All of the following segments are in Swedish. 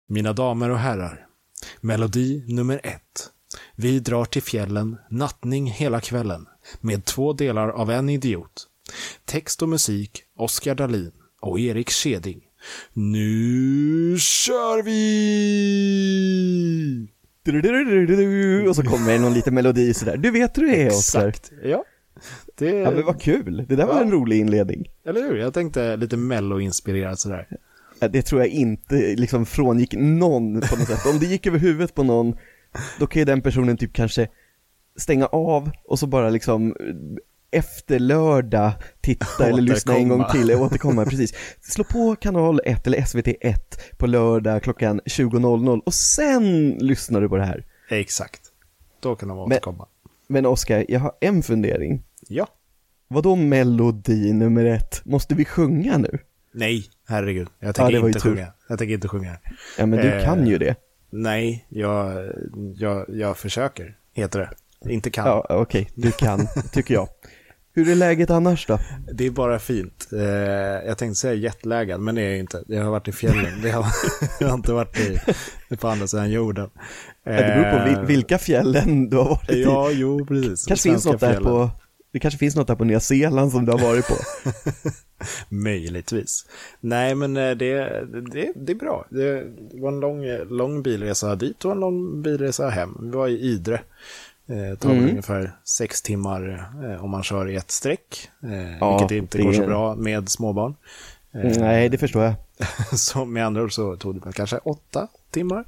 Mina damer och herrar, melodi nummer 1. Vi drar till fjällen, nattning hela kvällen, med 2 delar av en idiot. Text och musik, Oskar Dahlin och Erik Skeding. Nu kör vi! Och så kommer någon liten melodi sådär. Du vet hur det är, Oskar. Exakt, ja. Ja, men vad kul. Det där var en rolig inledning. Eller hur? Jag tänkte lite mello-inspirerat sådär. Det tror jag inte liksom frångick någon på något sätt. Om det gick över huvudet på någon, då kan ju den personen typ kanske stänga av och så bara liksom efter lördag titta eller lyssna en gång till och återkomma, precis. Slå på kanal 1 eller SVT1 på lördag klockan 20.00 och sen lyssnar du på det här. Exakt. Då kan de återkomma. Men Oskar, jag har en fundering. Ja. Vadå melodi nummer 1? Måste vi sjunga nu? Nej, herregud. Jag tänker inte sjunga. Jag tänker inte sjunga. Ja, men du kan ju det. Nej, jag försöker, heter det. Inte kan. Ja, okej. Du kan, tycker jag. Hur är läget annars då? Det är bara fint. Jag tänkte säga jetlaggad, men det är jag inte. Jag har varit i fjällen. Jag har inte varit på andra sidan jorden. Det beror på vilka fjällen du har varit i. Ja, jo, precis. Kanske finns något där på... Det kanske finns något där på Nya Zeeland som du har varit på. Möjligtvis. Nej, men det är bra. Det var en lång bilresa dit och en lång bilresa hem. Vi var i Idre. Det tar ungefär 6 timmar om man kör i ett streck. Vilket inte går så bra med småbarn. Nej, det förstår jag. Så med andra ord så tog det kanske 8 timmar.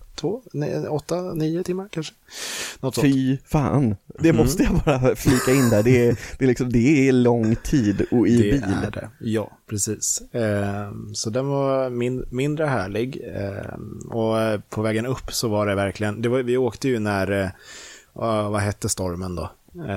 8-9 timmar kanske. Något sånt. Fy fan. Det måste jag bara flika in där. Det är lång tid och i bil. Det är det. Ja, precis. Så den var mindre härlig. Och på vägen upp så var det verkligen... Vi åkte ju när... vad hette stormen då?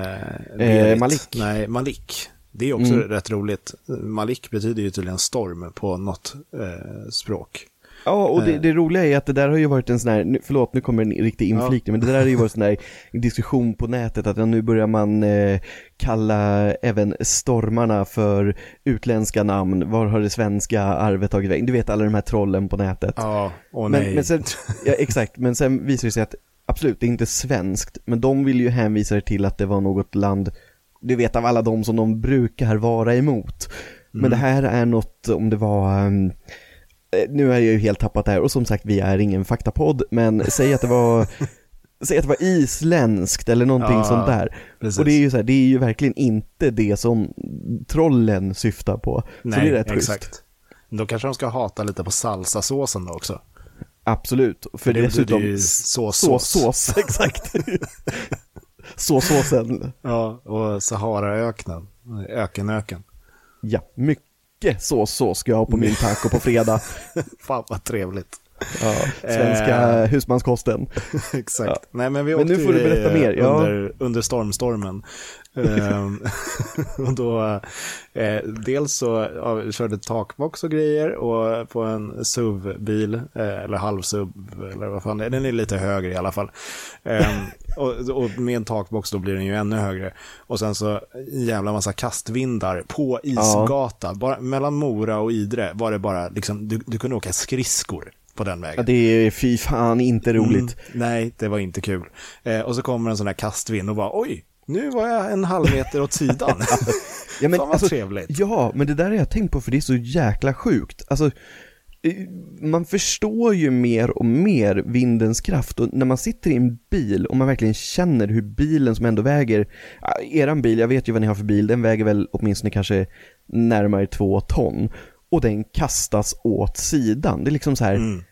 Malik. Nej, Malik. Det är också rätt roligt. Malik betyder ju tydligen storm på något språk. Ja, och det roliga är att det där har ju varit en sån här, förlåt nu kommer en riktig inflikning, men det där har ju varit sån här diskussion på nätet att nu börjar man kalla även stormarna för utländska namn. Var har det svenska arvet tagit väg? Du vet alla de här trollen på nätet. Ja, men sen, ja, exakt, men sen visar det sig att absolut, det är inte svenskt, men de vill ju hänvisa till att det var något land, du vet, av alla de som de brukar vara emot. Men det här är något, om det var... nu är jag ju helt tappat här, och som sagt, vi är ingen faktapodd, men säg att det var isländskt eller någonting sånt där. Precis. Och det är ju så här, det är ju verkligen inte det som trollen syftar på. Nej, så det är rätt exakt. schysst. Då kanske de ska hata lite på salsasåsen då också. Absolut, för det dessutom ju sås, exakt. Såsen. Ja, och Saharaöknen, öken. Ja, mycket sås ska jag ha på min taco på fredag. Fan vad trevligt. Ja, svenska husmanskosten. Exakt. Ja. Nej, men vi åkte nu får du berätta mer. Under stormen. Och då dels så körde takbox och grejer och på en SUV-bil eller halv-SUV eller vad fan det är. Den är lite högre i alla fall. Och med en takbox då blir den ju ännu högre. Och sen så en jävla massa kastvindar på isgata. Ja. Bara mellan Mora och Idre var det bara liksom, du kunde åka skridskor på den vägen. Ja, det är fy fan inte roligt. Nej, det var inte kul. Och så kommer en sån här kastvind och bara, oj, nu var jag en halv meter åt sidan. Ja, men, fan vad trevligt. Ja, men det där har jag tänkt på, för det är så jäkla sjukt. Alltså, man förstår ju mer och mer vindens kraft, och när man sitter i en bil och man verkligen känner hur bilen som ändå väger, eran bil, jag vet ju vad ni har för bil, den väger väl åtminstone kanske närmare 2 ton, och den kastas åt sidan. Det är liksom så här.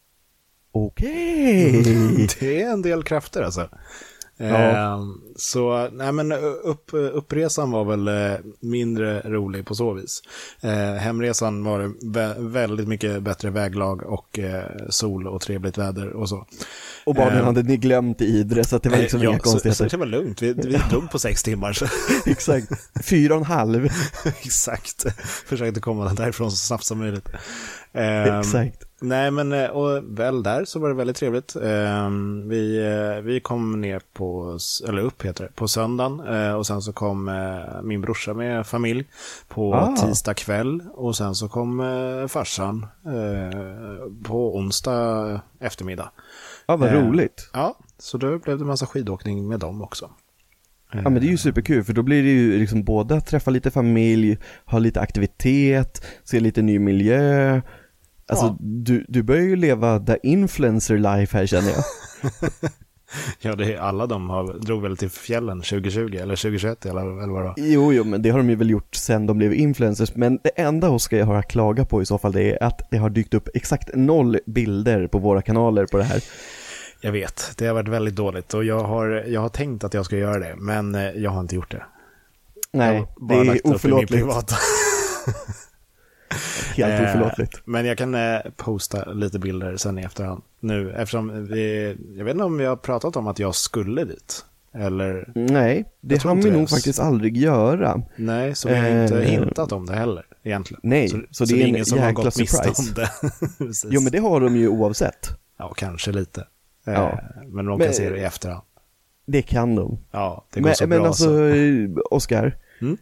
Okej. Det är en del krafter alltså. Ja. Så nej, men uppresan var väl mindre rolig på så vis. Hemresan var det väldigt mycket bättre väglag och sol och trevligt väder och så. Och barnen hade ni glömt i Idre, så att det var liksom inga konstigheter. Så det var lugnt, vi drog på 6 timmar. Så. Exakt, 4,5. Exakt, försökte komma därifrån så snabbt som möjligt. Exakt. Nej, men och väl där så var det väldigt trevligt. Vi kom ner eller upp heter det, på söndagen. Och sen så kom min brorsa med familj på tisdag kväll. Och sen så kom farsan på onsdag eftermiddag. Ja, vad roligt. Ja, så då blev det massa skidåkning med dem också. Ja, men det är ju superkul, för då blir det ju liksom båda träffa lite familj, ha lite aktivitet, se lite ny miljö. Alltså, du börjar ju leva the influencer life här, känner jag. Ja, alla de drog väl till fjällen 2020 eller 2021 eller vad det var. Jo, men det har de ju väl gjort sen de blev influencers. Men det enda Oskar jag har att klaga på i så fall, det är att det har dykt upp exakt 0 bilder på våra kanaler på det här. Jag vet, det har varit väldigt dåligt och jag har tänkt att jag ska göra det, men jag har inte gjort det. Nej, det är oförlåtligt. Helt oförlåtligt. Men jag kan posta lite bilder sen i efterhand nu, eftersom jag vet inte om vi har pratat om att jag skulle dit. Eller, nej, det har vi nog faktiskt aldrig göra. Nej, så vi har inte hintat om det heller egentligen. Nej, så det är ingen som har gått miste om det. Jo, men det har de ju oavsett. Ja, kanske lite. Ja. Men de kan se det i efterhand. Det kan de. Ja, det går så bra. Men alltså, Oskar,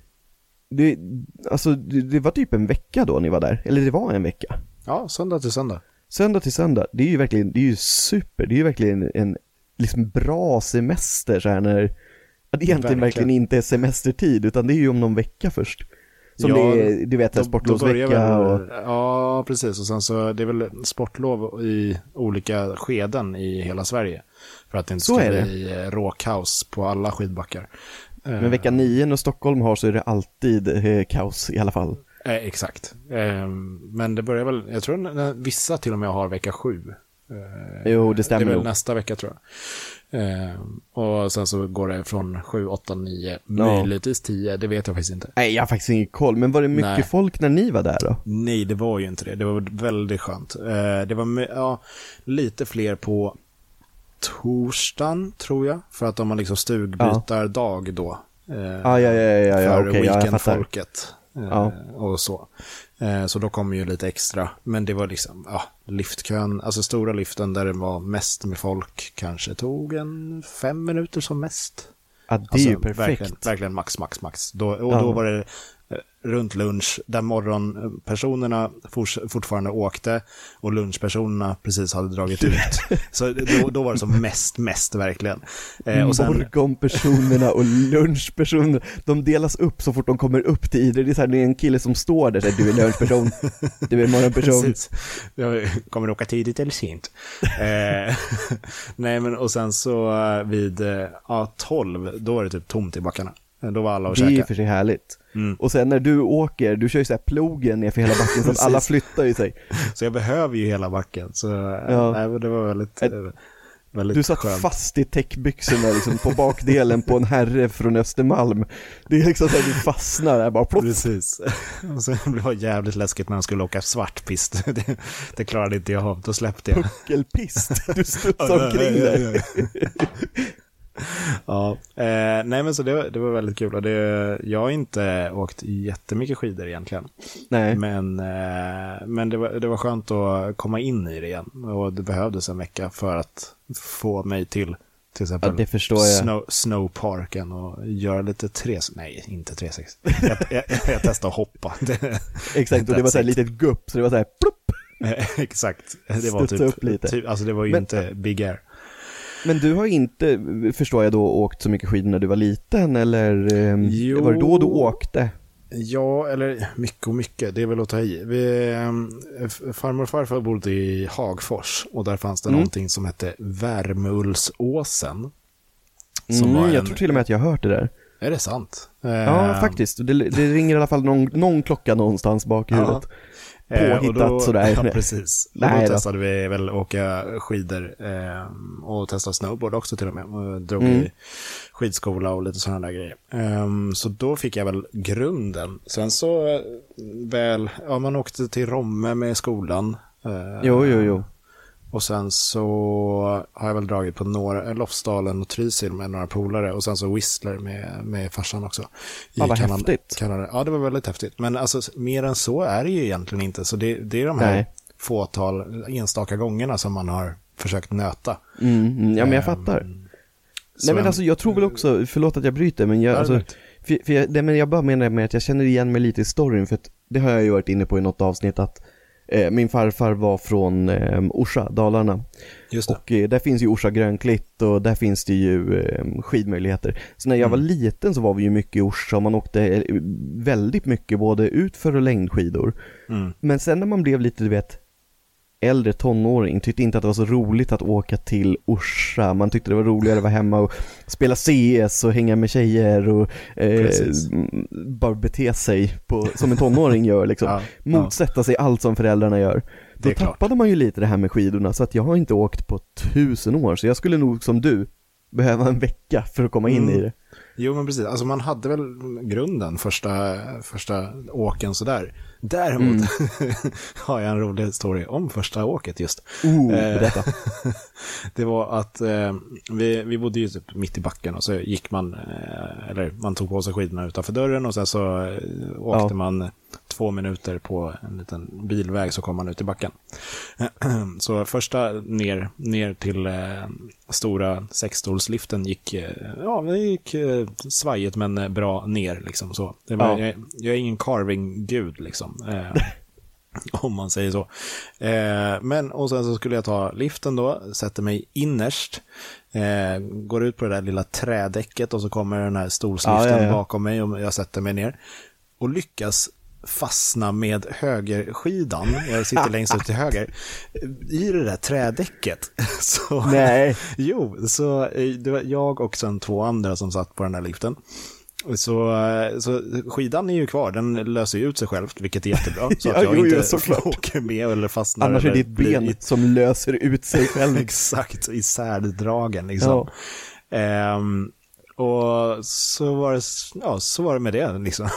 det var typ en vecka då ni var där. Eller det var en vecka. Ja, söndag till söndag. Söndag till söndag. Det är ju verkligen, det är ju super. Det är ju verkligen en liksom bra semester så här, när det egentligen verkligen inte är semestertid, utan det är ju om någon vecka först. Som det är, du vet, sportlovsvecka och... Ja, precis. Och sen så det är väl sportlov i olika skeden i hela Sverige. För att det inte ska bli råkaos på alla skidbackar. Men vecka 9 när Stockholm har så är det alltid kaos i alla fall. Exakt. Men det börjar väl, jag tror vissa till och med har vecka 7. Jo, det stämmer. Det är väl nästa vecka tror jag. Och sen så går det från 7, 8, 9, möjligtvis 10, det vet jag faktiskt inte. Nej, jag har faktiskt ingen koll. Men var det mycket folk när ni var där då? Nej, det var ju inte det. Det var väldigt skönt. Det var lite fler på torsdagen, tror jag. För att de har liksom stugbytar dag då. För weekendfolket. Och så. Så då kommer ju lite extra. Men det var liksom liftkön, alltså stora liften där det var mest med folk kanske tog 5 minuter som mest. Ja, det är ju perfekt. Verkligen max. Då var det runt lunch där morgonpersonerna fortfarande åkte och lunchpersonerna precis hade dragit ut. Så då var det som mest verkligen. Och sen morgonpersonerna och lunchpersonerna, de delas upp så fort de kommer upp till Idre. Det är så här, det är en kille som står där, så här, du är lunchperson, du är morgonperson. Precis. Jag kommer åka tidigt eller sent. Nej, men och sen så vid 12, då är det typ tomt i backarna. Då var alla och käka. Det är ju för sig härligt. Och sen när du åker, du kör ju så här plogen ner för hela backen så att alla flyttar ju sig. Så jag behöver ju hela backen. Så det var väldigt du satt skönt. Fast i täckbyxorna liksom, på bakdelen på en herre från Östermalm. Det är liksom så att du fastnar där bara plopp. Precis. Och så det var jävligt läskigt när han skulle åka svartpist. Det klarade inte jag av. Då släppte jag. Puckelpist. Du studsar omkring där. Ja, nej men så det var väldigt kul och jag har inte åkt jättemycket skidor egentligen. Nej. Men det var skönt att komma in i det igen och det behövdes en vecka för att få mig till exempel det förstår jag. Snowparken och göra lite inte 360. Jag testade att hoppa. Exakt, och det var så här litet gupp så det var så här plopp. Exakt. Det var studsa upp lite. Alltså det var ju inte big air. Men du har inte, förstår jag då, åkt så mycket skidor när du var liten, eller var det då du åkte? Ja, eller mycket, det är väl att ta i. Farmor och farfar bodde i Hagfors och där fanns det någonting som hette Värmulsåsen. Jag tror till och med att jag har hört det där. Är det sant? Ja, faktiskt. Det ringer i alla fall någon klocka någonstans bak i huvudet. Påhittat sådär. Ja, precis. Då testade vi väl åka skidor och testa snowboard också till och med. Och drog i skidskola och lite sådana där grejer. Så då fick jag väl grunden. Sen så man åkte till Romme med skolan. Jo. Och sen så har jag väl dragit på några Lofsdalen och Trysil med några polare. Och sen så Whistler med farsan också. Vad häftigt. Kanada. Ja, det var väldigt häftigt. Men alltså, mer än så är det ju egentligen inte. Så det är de här fåtal enstaka gångerna som man har försökt nöta. Ja, men jag fattar. Nej, men alltså jag tror väl också, förlåt att jag bryter, men jag bara menar med att jag känner igen mig lite i storyn, för att det har jag ju varit inne på i något avsnitt, att min farfar var från Orsa, Dalarna. Just det. Och där finns ju Orsa Grönklitt, och där finns det ju skidmöjligheter. Så när jag var liten så var vi ju mycket i Orsa, och man åkte väldigt mycket både utför och längdskidor. Men sen när man blev lite, du vet, äldre tonåring, tyckte inte att det var så roligt att åka till Orsa. Man tyckte det var roligare att vara hemma och spela CS och hänga med tjejer och bara bete sig som en tonåring gör liksom. Motsätta sig allt som föräldrarna gör. Då tappade man ju lite det här med skidorna, så att jag har inte åkt på 1000 år, så jag skulle nog som du behöva en vecka för att komma in i det. Jo, men precis. Alltså man hade väl grunden första åken sådär. Däremot har jag en rolig historia om första åket just. Berätta. Det var att vi bodde ju typ mitt i backen, och så gick man, eller man tog på sig skidorna utanför dörren, och sen så åkte man 2 minuter på en liten bilväg, så kom man ut i backen. Så första ner till stora 6-stolsliften gick svajigt men bra ner liksom så. Det var, jag är ingen carving-gud liksom. Om man säger så. Men och sen så skulle jag ta liften då, sätter mig innerst, går ut på det där lilla trädäcket, och så kommer den här stolsliften bakom mig, och jag sätter mig ner och lyckas fastna med högerskidan. Jag sitter längst ut till höger i det där trädäcket. Så, så det var jag och sen 2 andra som satt på den där liften. Så skidan är ju kvar, den löser ju ut sig själv, vilket är jättebra, så att jag inte åker med eller fastnar. Annars är det ditt ben som löser ut sig själv. Exakt, i särdragen liksom. Och så var det med det liksom.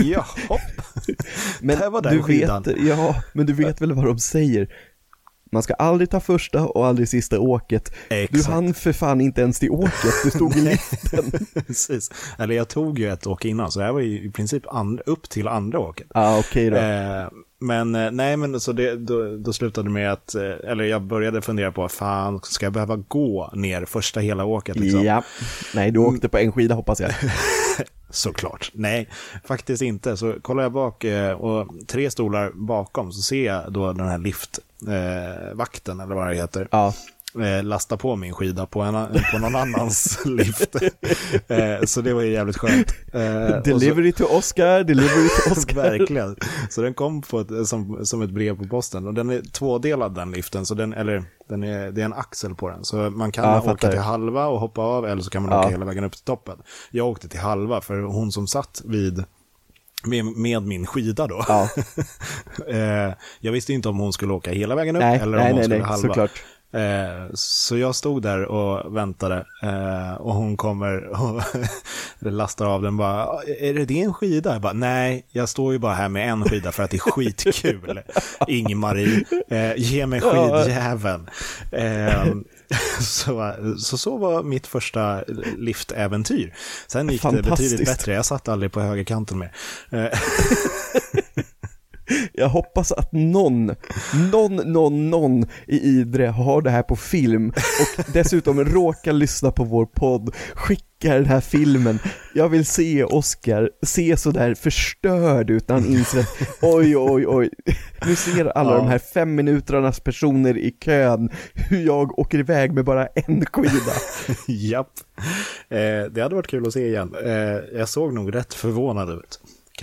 Men det var den skidan. Men du vet väl vad de säger? Man ska aldrig ta första och aldrig sista åket. Exakt. Du hann för fan inte ens till åket. Du stod i liften. Precis. Eller jag tog ju ett åk innan, så jag var i princip upp till andra åket. Okej då. Men så då slutade det med att, eller jag började fundera på, fan, ska jag behöva gå ner första hela åket liksom? Ja. Nej, du åkte på en skida, hoppas jag. Såklart. Nej, faktiskt inte. Så kollar jag bak och 3 stolar bakom, så ser jag då den här liftvakten eller vad det heter. Lasta på min skida på någon annans lift. Så det var ju jävligt skönt. Delivery to Oscar. Verkligen. Så den kom som ett brev på posten, och den är 2-delad den liften, så det är en axel på den, så man kan åka till halva och hoppa av, eller så kan man åka hela vägen upp till toppen. Jag åkte till halva, för hon som satt med min skida då. Jag visste inte om hon skulle åka hela vägen upp eller om hon skulle halva. Såklart. Så jag stod där och väntade, och hon kommer och lastar av den, bara, är det din skida? Jag bara, nej, jag står ju bara här med en skida för att det är skitkul. Ing-Marie, ge mig skidjäveln. Så var mitt första liftäventyr. Sen gick det betydligt bättre. Jag satt aldrig på högerkanten med. Jag hoppas att någon i Idre har det här på film och dessutom råkar lyssna på vår podd. Skicka den här filmen. Jag vill se Oscar se så där förstörd ut när han inser att oj. Nu ser alla de här 5 minuternas personer i kön hur jag åker iväg med bara en skida. Japp. Det hade varit kul att se igen. Jag såg nog rätt förvånad ut.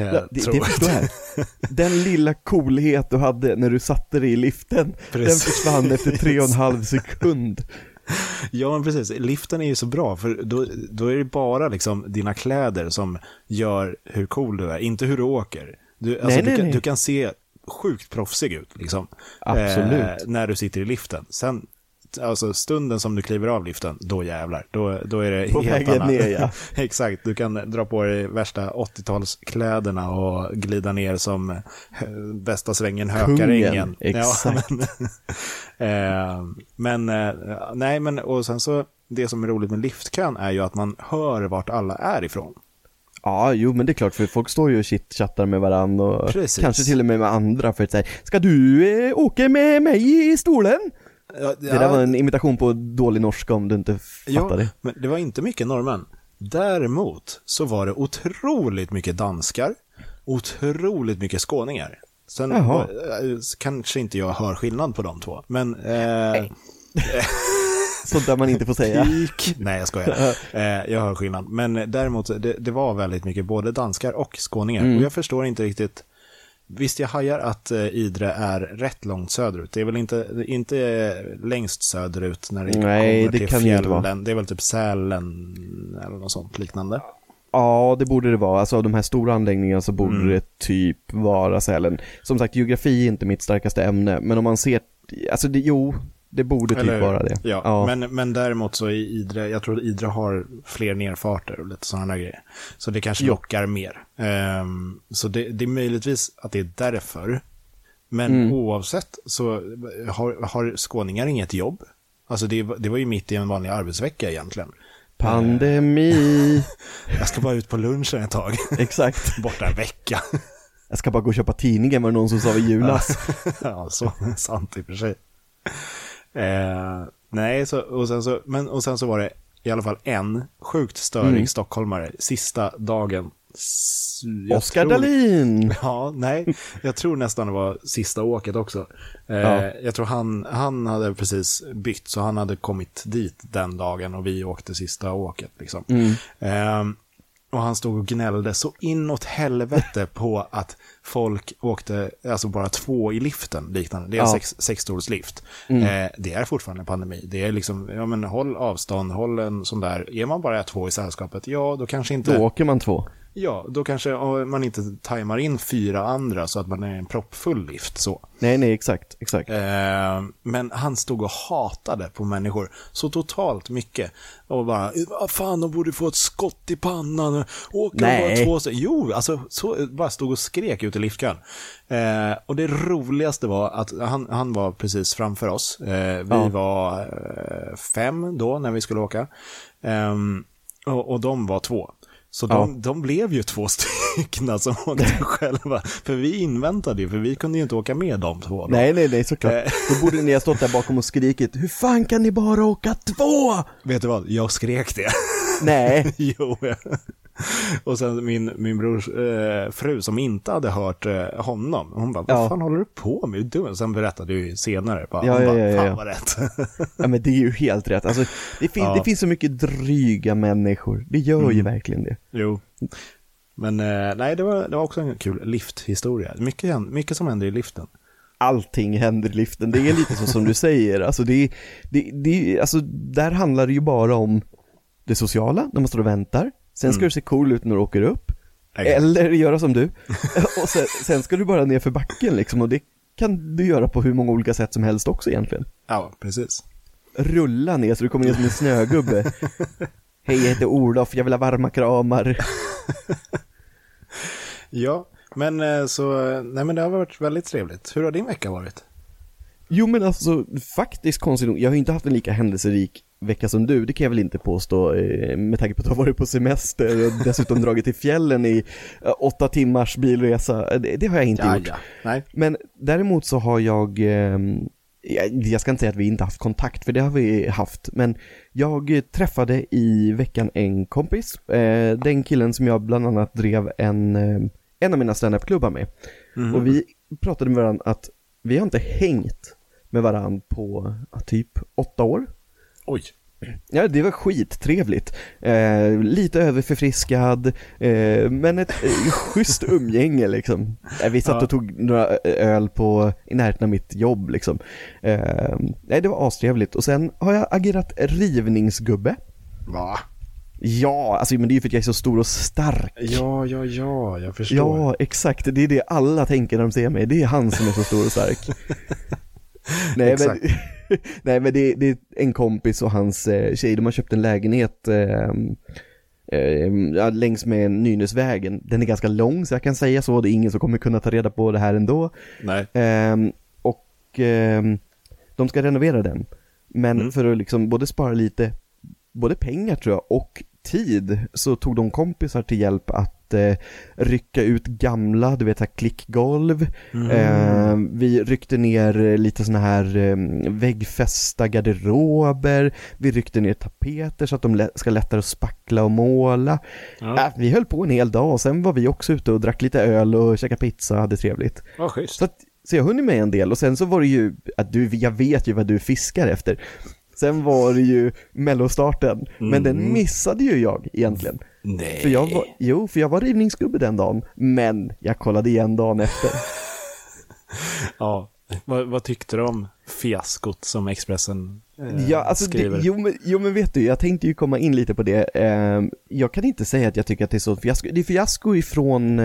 Den lilla coolhet du hade när du satte dig i liften, den försvann efter 3,5 sekund. Ja, men precis. Liften är ju så bra, för då är det bara liksom dina kläder som gör hur cool du är, inte hur du åker. Du kan se sjukt proffsig ut liksom. Absolut. När du sitter i liften. Sen alltså stunden som du kliver av liften, då jävlar, då är det på helt vägen annat. ner, ja. Exakt, du kan dra på dig värsta 80-talskläderna och glida ner som bästa svängen Hökarängen. Exakt. Ja, men och sen så, det som är roligt med liftkön är ju att man hör vart alla är ifrån. Ja, jo, men det är klart, för folk står ju och chattar med varandra och Precis. kanske till och med andra för att säga, ska du åka med mig i stolen? Ja, det där var en imitation på dålig norska om du inte fattar det. Men det var inte mycket norrmän. Däremot så var det otroligt mycket danskar, otroligt mycket skåningar. Sen kanske inte jag hör skillnad på de två, men sånt där man inte får säga. Nej, jag skojar. Jag hör skillnad. Men däremot, det var väldigt mycket både danskar och skåningar. Och jag förstår inte riktigt. Visst, jag hajar att Idre är rätt långt söderut. Det är väl inte längst söderut när det kommer till kan fjällen. Inte vara. Det är väl typ Sälen eller något sånt liknande. Ja, det borde det vara. Alltså av de här stora anläggningarna så borde det typ vara Sälen. Som sagt, geografi är inte mitt starkaste ämne. Men om man ser, alltså det borde typ vara det. Ja. Men däremot så i Idre, jag tror att Idre har fler nerfarter och lite sådana grejer. Så det kanske lockar mer. Så det är möjligtvis att det är därför. Men oavsett så har skåningar inget jobb. Alltså det var ju mitt i en vanlig arbetsvecka egentligen. Pandemi. Jag ska bara ut på lunchen ett tag. Exakt. Borta en vecka. Jag ska bara gå och köpa tidningen, var det någon som sa i julas. Ja, så sant i och för sig. Nej, och sen så var det i alla fall en sjukt störig stockholmare sista dagen. Oskar Dahlin. Ja, nej, jag tror nästan det var sista åket också. Jag tror han hade precis bytt, så han hade kommit dit den dagen och vi åkte sista åket liksom. Och han stod och gnällde så inåt helvete på att folk åkte, alltså bara 2 i liften liknande. Det är en 6-stolslift. Det är fortfarande en pandemi. Det är liksom, ja men håll avstånd, håll en sån där. Är man bara 2 i sällskapet, ja då kanske inte. Då åker man 2. Ja, då kanske man inte tajmar in 4 andra så att man är en proppfull lift så. Nej, exakt. Men han stod och hatade på människor så totalt mycket. Och bara, vad fan, de borde få ett skott i pannan. Åka bara 2. Jo, alltså så bara stod och skrek ut i liftkön. Och det roligaste var att han var precis framför oss. Vi var 5 då när vi skulle åka. Och de var 2. Så de blev ju 2 stycken som åkte själva. För vi inväntade ju, för vi kunde ju inte åka med de 2 då. Nej, såklart. Då borde ni ha stått där bakom och skrikit, hur fan kan ni bara åka 2? Vet du vad? Jag skrek det. Nej. Jo. Och sen min brors fru som inte hade hört honom. Hon bara, vad fan håller du på med? Du? Sen berättade ju senare. Fan vad rätt. Ja, men det är ju helt rätt. Alltså, det finns så mycket dryga människor. Det gör ju verkligen det. Jo. Men nej, det var också en kul lifthistoria. Mycket som händer i liften. Allting händer i liften. Det är lite så som du säger. Alltså, alltså, där handlar det ju bara om det sociala, när man står och väntar. Sen ska du se cool ut när du åker upp. Eller göra som du. Och sen ska du bara ner för backen liksom. Och det kan du göra på hur många olika sätt som helst också egentligen. Ja, precis. Rulla ner så du kommer ner som en snögubbe. Hej, jag heter Olof, jag vill ha varma kramar. Ja, men men det har varit väldigt trevligt. Hur har din vecka varit? Jo, men alltså faktiskt konstigt nog, jag har inte haft en lika händelserik vecka som du, det kan jag väl inte påstå med tanke på att jag har varit på semester och dessutom dragit till fjällen i 8 timmars bilresa. Det har jag inte gjort. Ja. Nej. Men däremot så har jag ska inte säga att vi inte haft kontakt, för det har vi haft, men jag träffade i veckan en kompis, den killen som jag bland annat drev en av mina stand-up-klubbar med. Och vi pratade med varandra att vi har inte hängt med varandra på typ 8 år. Oj. Ja, det var skittrevligt. Lite överförfriskad, men ett schysst umgänge liksom. Vi satt och tog några öl i närheten av mitt jobb liksom. Nej, det var astrevligt. Och sen har jag agerat rivningsgubbe. Va? Ja, alltså, men det är ju för att jag är så stor och stark. Ja, jag förstår. Ja, exakt. Det är det alla tänker när de ser mig. Det är han som är så stor och stark. Nej, Nej, men det är en kompis och hans tjej, de har köpt en lägenhet längs med Nynäsvägen. Den är ganska lång, så jag kan säga så. Det är ingen som kommer kunna ta reda på det här ändå. Nej. De ska renovera den. Men för att liksom både spara lite, både pengar tror jag, och tid, så tog de kompisar till hjälp att rycka ut gamla, du vet, här klickgolv. Vi ryckte ner lite såna här väggfästa garderober. Vi ryckte ner tapeter så att de ska lättare att spackla och måla. Vi höll på en hel dag, och sen var vi också ute och drack lite öl och käkade pizza och hade trevligt. Schysst. Så jag hunnit med en del. Och sen så var det ju att jag vet ju vad du fiskar efter. Sen var det ju mellostarten. Men den missade ju jag egentligen. Nej. För jag var rivningsgubbe den dagen. Men jag kollade igen dagen efter. Ja, vad tyckte du om fiaskot som Expressen skriver? Jo men vet du, jag tänkte ju komma in lite på det. Jag kan inte säga att jag tycker att det är så fiasko. Det är fiasko ifrån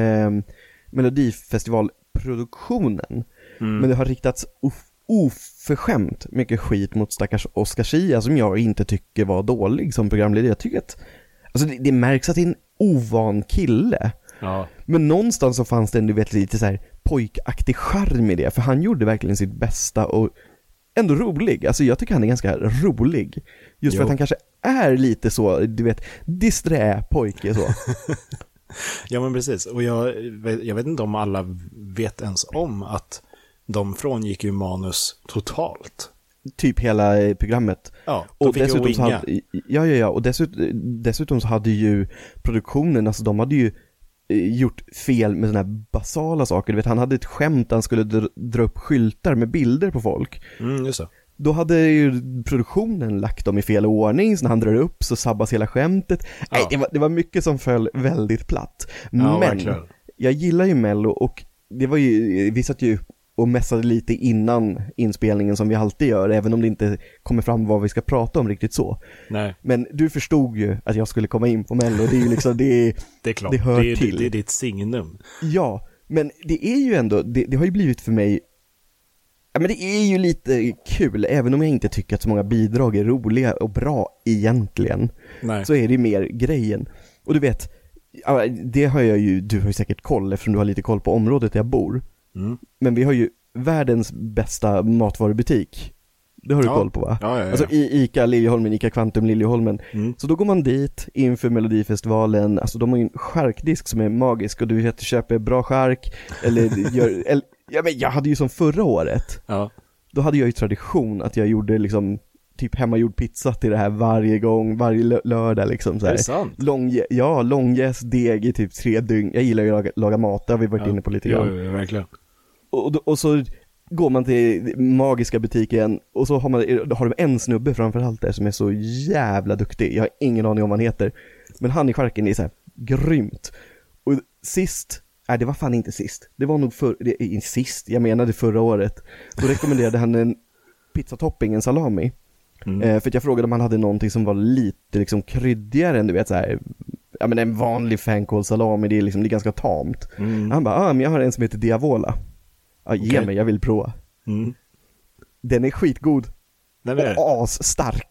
Melodifestivalproduktionen. Men det har riktats oförskämt mycket skit mot stackars Oscar Zia, som jag inte tycker var dålig som programledare. Jag tycker att alltså det märks att det är en ovan kille. Ja. Men någonstans så fanns det ändå lite så här pojkaktig charm i det, för han gjorde verkligen sitt bästa och ändå rolig. Alltså jag tycker han är ganska rolig. Just för att han kanske är lite så, du vet, disträ pojke så. Ja men precis. Och jag vet inte om alla vet ens om att de frångick ju manus totalt. Typ hela programmet. Ja, och dessutom så hade, och dessutom så hade ju produktionen, alltså de hade ju gjort fel med såna här basala saker. Du vet, han hade ett skämt, han skulle dra upp skyltar med bilder på folk. Just det. Då hade ju produktionen lagt dem i fel ordning, så när han drar upp så sabbas hela skämtet. Ja. Nej, det var mycket som föll väldigt platt. Ja, men verkligen. Jag gillar ju Mello, och det var ju, vi satt ju och mässade lite innan inspelningen som vi alltid gör, även om det inte kommer fram vad vi ska prata om riktigt så. Nej. Men du förstod ju att jag skulle komma in på Mello, det är ju liksom, det är klart. Det hör till. Det är ditt signum. Ja, men det är ju ändå, det har ju blivit för mig, ja men det är ju lite kul, även om jag inte tycker att så många bidrag är roliga och bra egentligen. Nej. Så är det mer grejen. Och du vet, det har jag ju, du har ju säkert koll eftersom du har lite koll på området där jag bor. Men vi har ju världens bästa matvarubutik. Det har du koll på, va? Ja. Alltså ICA Liljeholmen, ICA Kvantum Liljeholmen. Så då går man dit inför Melodifestivalen. Alltså de har ju en charkdisk som är magisk, och du vet, du köper bra chark eller gör ja, men jag hade ju som förra året. Ja. Då hade jag ju tradition att jag gjorde liksom typ hemmagjord pizza till det här varje gång, varje lördag liksom så här. Är det sant? Långjäst deg i typ 3 dygn. Jag gillar ju att laga mat, det har vi varit inne på lite grann. Ja, verkligen. Och så går man till magiska butiken, och så har de en snubbe framförallt där som är så jävla duktig. Jag har ingen aning om vad han heter, men han i charken är så här grymt. Och sist, nej det var fan inte sist, det var nog jag menade förra året. Då rekommenderade han en pizzatopping, en salami. För att jag frågade om han hade någonting som var lite liksom kryddigare än, du vet, så här, ja men en vanlig fänkålsalami, det är liksom, det är ganska tamt. Han bara, men jag har en som heter Diavola. Ja, ge mig, jag vill prova. Den är skitgod. Den är och asstark.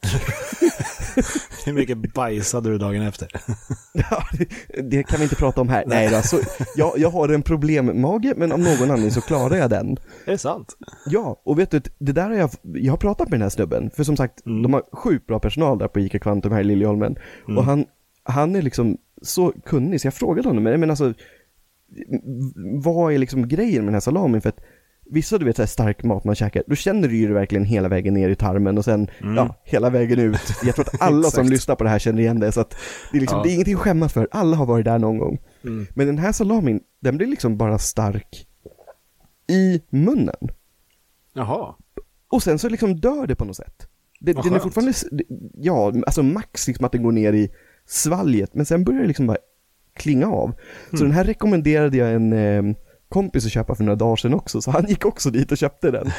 Hur mycket bajsade du dagen efter? Ja, det kan vi inte prata om här. Nej, alltså, jag har en problemmage, men om någon annan så klarar jag den. Är det sant? Ja, och vet du, det där har jag har pratat med den här snubben. För som sagt, de har sjukt bra personal där på ICA Kvantum här i Liljeholmen. Och han är liksom så kunnig, så jag frågade honom, men alltså, vad är liksom grejen med den här salamin? För att vissa, du vet, så här stark mat man käkar, då känner du ju det verkligen hela vägen ner i tarmen och sen hela vägen ut. Jag tror att alla som lyssnar på det här känner igen det, så att det är liksom, det är ingenting att skämmas för. Alla har varit där någon gång. Men den här salamin, den blir liksom bara stark i munnen. Jaha. Och sen så liksom dör det på något sätt. Den är fortfarande, ja, alltså max liksom att den går ner i svalget, men sen börjar det liksom bara klinga av. Så den här rekommenderade jag en kompis att köpa för några dagar sedan också, så han gick också dit och köpte den.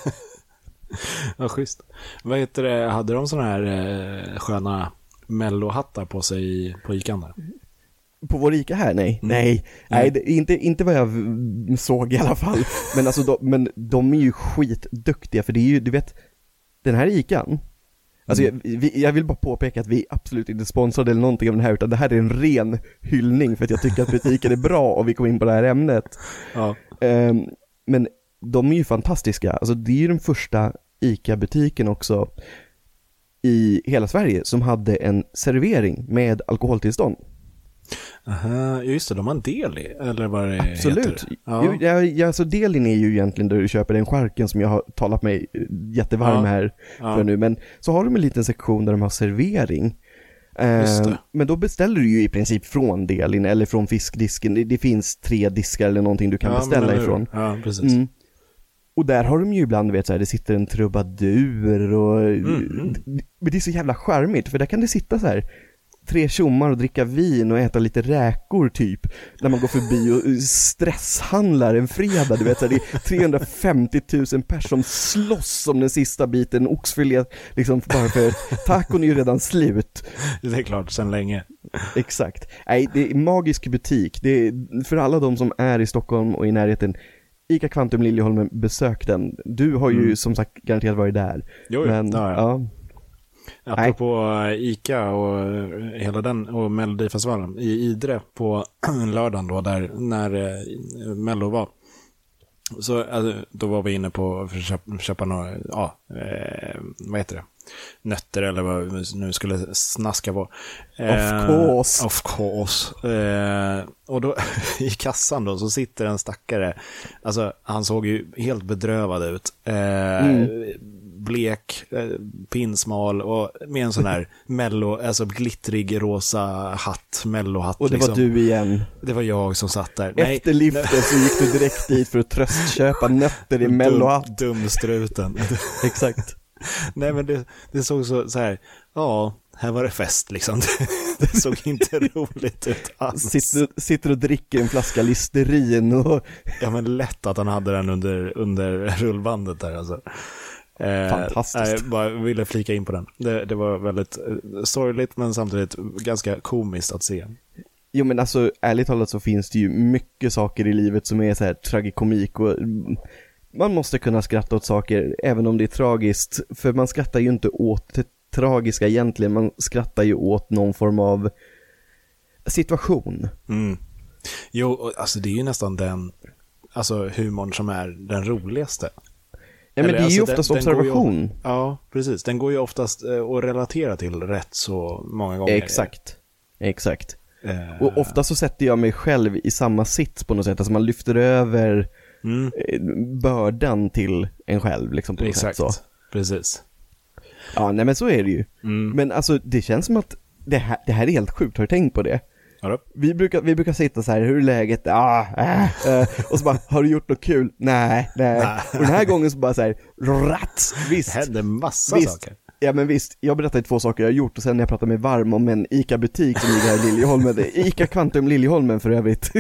Ja, schysst. Vad heter det, hade de såna här sköna mellohattar på sig på Ican där? På vår Ica här? Nej, inte vad jag såg i alla fall. Men alltså men de är ju skitduktiga, för det är ju, du vet, den här ICAn, alltså jag vill bara påpeka att vi absolut inte sponsrade eller någonting av den här, utan det här är en ren hyllning för att jag tycker att butiken är bra och vi kom in på det här ämnet. Ja. Men de är ju fantastiska. Alltså det är ju den första ICA-butiken också i hela Sverige som hade en servering med alkoholtillstånd. Aha, just det, de har en Deli, eller vad det Absolut. heter. Ja. Alltså Delin är ju egentligen där du köper den charken som jag har talat mig jättevarm här för nu. Men så har de en liten sektion där de har servering. Men då beställer du ju i princip från Delin eller från fiskdisken. Det finns 3 diskar eller någonting du kan beställa ifrån. Ja, precis. Och där har de ju ibland, vet så här, det sitter en trubadur och men det är så jävla charmigt, för där kan det sitta så här 3 tjommar och dricka vin och äta lite räkor typ, när man går förbi och stresshandlar en fredag, du vet så här, det är 350 000 personer som slåss om den sista biten oxfilé, liksom, bara för tacon är ju redan slut. Det är klart, sedan länge. Exakt. Nej, det är en magisk butik. Det är för alla de som är i Stockholm och i närheten. ICA Kvantum Liljeholmen, besök den. Du har ju som sagt garanterat varit där. Jo, men ja. Apropå ICA och hela den och Melodifestivalen i Idre på lördagen då, där när Mello var. Så då var vi inne på för att köpa några, vad heter det? Nötter eller vad vi nu skulle snaska på. Of course. Och då i kassan då så sitter en stackare. Alltså han såg ju helt bedrövad ut. Blek, pinsmal och med en sån här mello, alltså glittrig rosa hatt, mellohatt. Och det var du igen. Det var jag som satt där. Efter liften så gick du direkt dit för att tröstköpa nötter i mellohatt. Dumstruten. Exakt. Nej, men det såg så här, ja, här var det fest liksom. Det såg inte roligt ut alls. Sitter och dricker en flaska Listerin och... Ja, men lätt att han hade den under rullbandet där alltså. Fantastiskt. Jag bara ville flika in på den. Det var väldigt sorgligt men samtidigt ganska komiskt att se. Jo, men alltså ärligt talat så finns det ju mycket saker i livet som är så här tragikomik, och man måste kunna skratta åt saker även om det är tragiskt, för man skrattar ju inte åt det tragiska egentligen, man skrattar ju åt någon form av situation. Jo, alltså det är ju nästan den humorn som är den roligaste. Ja, men det är ju oftast observation. Ja, precis. Den går ju oftast att relatera till rätt så många gånger. Exakt. Och ofta så sätter jag mig själv i samma sits på något sätt. Alltså man lyfter över bördan till en själv liksom, på något sätt så. Precis. Ja, nej men så är det ju. Men alltså det känns som att det här är helt sjukt. Har du tänkt på det? Vi brukar sitta så här, hur är läget? Och så bara, har du gjort något kul? Nej. Och den här gången så bara så här, visst. Det hände massa saker. Ja, men visst, jag berättade 2 saker jag har gjort, och sen när jag pratade med varm om en ICA-butik som ligger här i Liljeholmen. ICA Kvantum Liljeholmen för övrigt.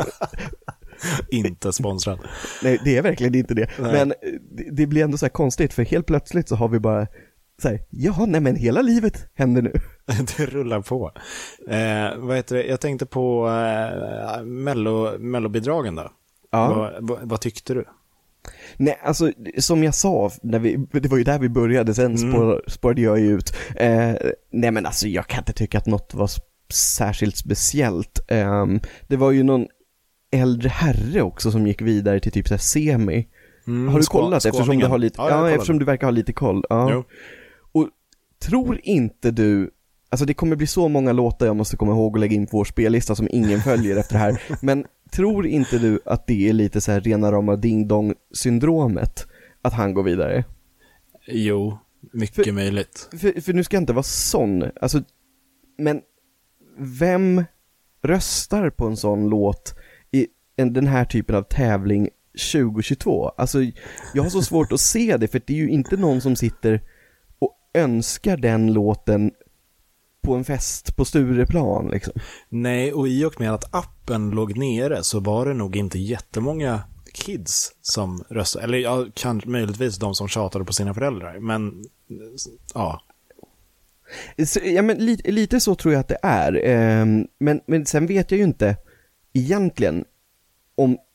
Inte sponsrad. Nej, det är verkligen inte det. Nej. Men det blir ändå så här konstigt, för helt plötsligt så har vi bara så här, jaha, nej men hela livet händer nu. Det rullar på. Vad heter det? Jag tänkte på mellobidragen då. Ja. Vad tyckte du? Nej, alltså som jag sa, det var ju där vi började, sen spårade jag ju ut. Nej men alltså jag kan inte tycka att något var särskilt speciellt. Det var ju någon äldre herre också som gick vidare till typ så här semi. Har du kollat? Eftersom du har lite, eftersom du verkar ha lite koll. Ja. Jo. Och tror inte du, alltså det kommer bli så många låtar jag måste komma ihåg och lägga in på vår spellista som ingen följer efter det här. Men tror inte du att det är lite så här rena rama ding-dong-syndromet att han går vidare? Jo, mycket möjligt. För nu ska jag inte vara sån. Alltså, men vem röstar på en sån låt i den här typen av tävling 2022? Alltså, jag har så svårt att se det, för det är ju inte någon som sitter och önskar den låten på en fest på Stureplan liksom. Nej, och i och med att appen låg nere så var det nog inte jättemånga kids som röstade. Eller ja, kanske möjligtvis de som tjatade på sina föräldrar. Men ja. Ja, men lite så tror jag att det är. Men sen vet jag ju inte egentligen om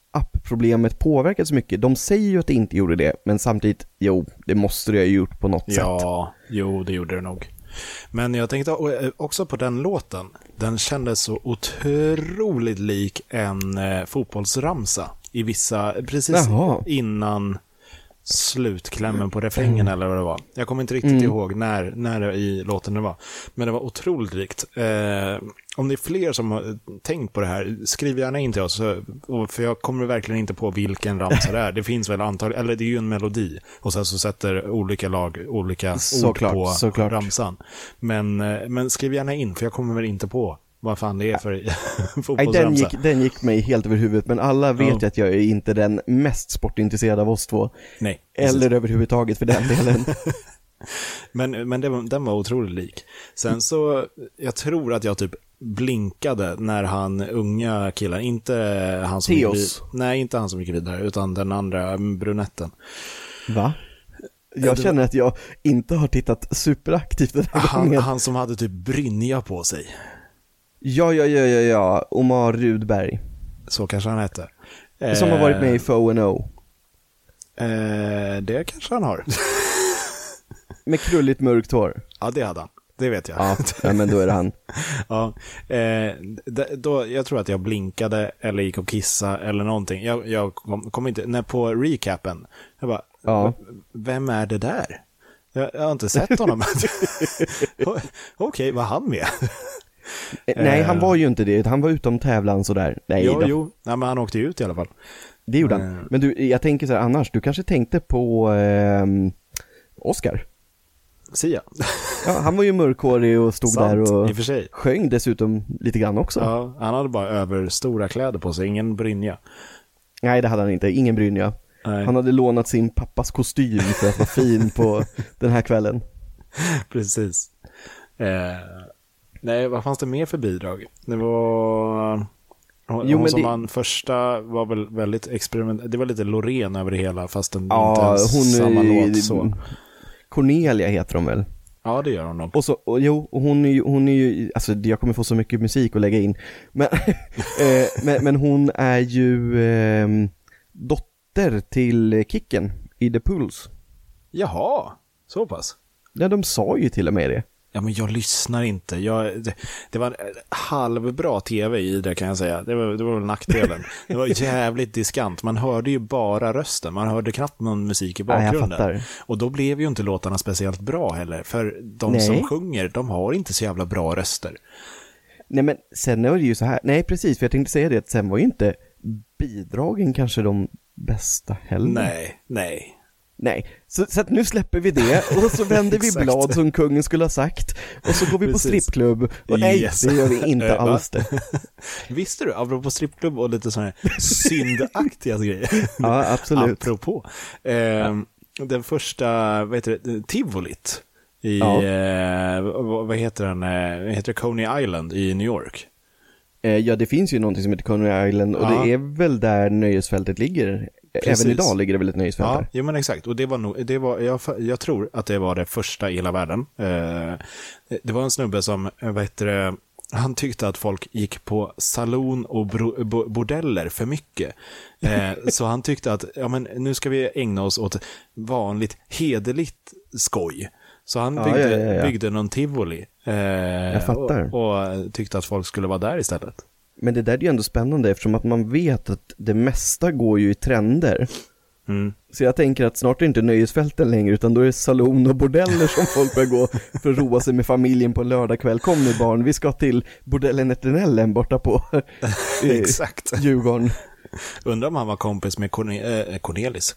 appproblemet påverkat så mycket. De säger ju att det inte gjorde det, men samtidigt, jo, det måste det ha gjort på något sätt. Ja, jo, det gjorde det nog. Men jag tänkte också på den låten. Den kändes så otroligt lik en fotbollsramsa i vissa, precis innan slutklämmen på refrängen eller vad det var. Jag kommer inte riktigt ihåg när i låten det var. Men det var otroligt likt. Om det är fler som har tänkt på det här, skriv gärna in till oss. För jag kommer verkligen inte på vilken ramsa det är. Det finns väl antagligen, eller det är ju en melodi. Och sen så sätter olika lag olika ord på ramsan. Men skriv gärna in, för jag kommer väl inte på vad fan det är för fotbollsramsa. Den gick mig helt över huvudet, men alla vet ju att jag är inte den mest sportintresserade av oss två. Nej. Eller överhuvudtaget för den delen. men den var otroligt lik. Sen så, jag tror att jag typ blinkade när han unga killen, inte han som inte han som gick vidare, utan den andra brunetten. Va? Jag känner att jag inte har tittat superaktivt den här gången. Han som hade typ brynja på sig. Ja, Omar Rudberg. Så kanske han hette. Som har varit med i FO&O. Det kanske han har. Med krulligt mörkt hår. Ja, det hade han. Det vet jag. Ja, men då är det han. Ja, jag tror att jag blinkade eller gick och kissa eller någonting. Jag kom inte, när på recapen, jag bara, vem är det där? Jag har inte sett honom. Okej, var han med? Nej, han var ju inte det. Han var utom tävlan sådär. Jo. Nej, men han åkte ut i alla fall. Det gjorde han. Men du, jag tänker så här, annars, du kanske tänkte på Oscar. Sia. Ja, han var ju mörkhårig och stod där och i och för sig. Sjöng dessutom lite grann också. Ja, han hade bara över stora kläder på sig, ingen brynja. Nej, det hade han inte, ingen brynja. Nej. Han hade lånat sin pappas kostym för att vara fin på den här kvällen. Precis. Nej, vad fanns det mer för bidrag? Det var... Han första var väl väldigt det var lite Loreen över det hela, fast den inte ens samma låt så. Cornelia heter de väl? Ja, det gör hon nog. Och hon är ju alltså jag kommer få så mycket musik att lägga in. Men men hon är ju dotter till Kicken i The Pulse. Jaha, så pass. Ja, de sa ju till och med det. Ja, men jag lyssnar inte. Det var halvbra tv i det, kan jag säga. Det var väl nackdelen. Det var jävligt diskant. Man hörde ju bara rösten. Man hörde knappt någon musik i bakgrunden. Och då blev ju inte låtarna speciellt bra heller. För de som sjunger, de har inte så jävla bra röster. Nej, men sen är det ju så här. Nej, precis. För jag tänkte säga det, att sen var ju inte bidragen kanske de bästa heller. Nej, så att nu släpper vi det och så vänder vi blad som kungen skulle ha sagt och så går vi på strippklubb och nej, det gör vi inte alls det. Visste du, apropå strippklubb och lite sådana här syndaktiga grejer. Ja, absolut. Apropå. Den första, Tivolit i, vad heter den? Heter det Coney Island i New York? Ja, det finns ju någonting som heter Coney Island och det är väl där nöjesfältet ligger. Precis. Även idag ligger det väl ett nöjesfält där. Ja, men exakt. Och jag tror att det var det första i hela världen. Det var en snubbe som, han tyckte att folk gick på salon och bordeller för mycket. Så han tyckte att nu ska vi ägna oss åt vanligt hederligt skoj. Så han byggde någon tivoli. Jag fattar. Och tyckte att folk skulle vara där istället. Men det där är ju ändå spännande eftersom att man vet att det mesta går ju i trender. Mm. Så jag tänker att snart är det inte nöjesfälten längre utan då är det salon och bordeller som folk börjar gå för att roa sig med familjen på en lördagkväll. Kom nu barn, vi ska till bordellen Eternellen borta på Exakt. Djurgården. Undrar om han var kompis med Cornelis,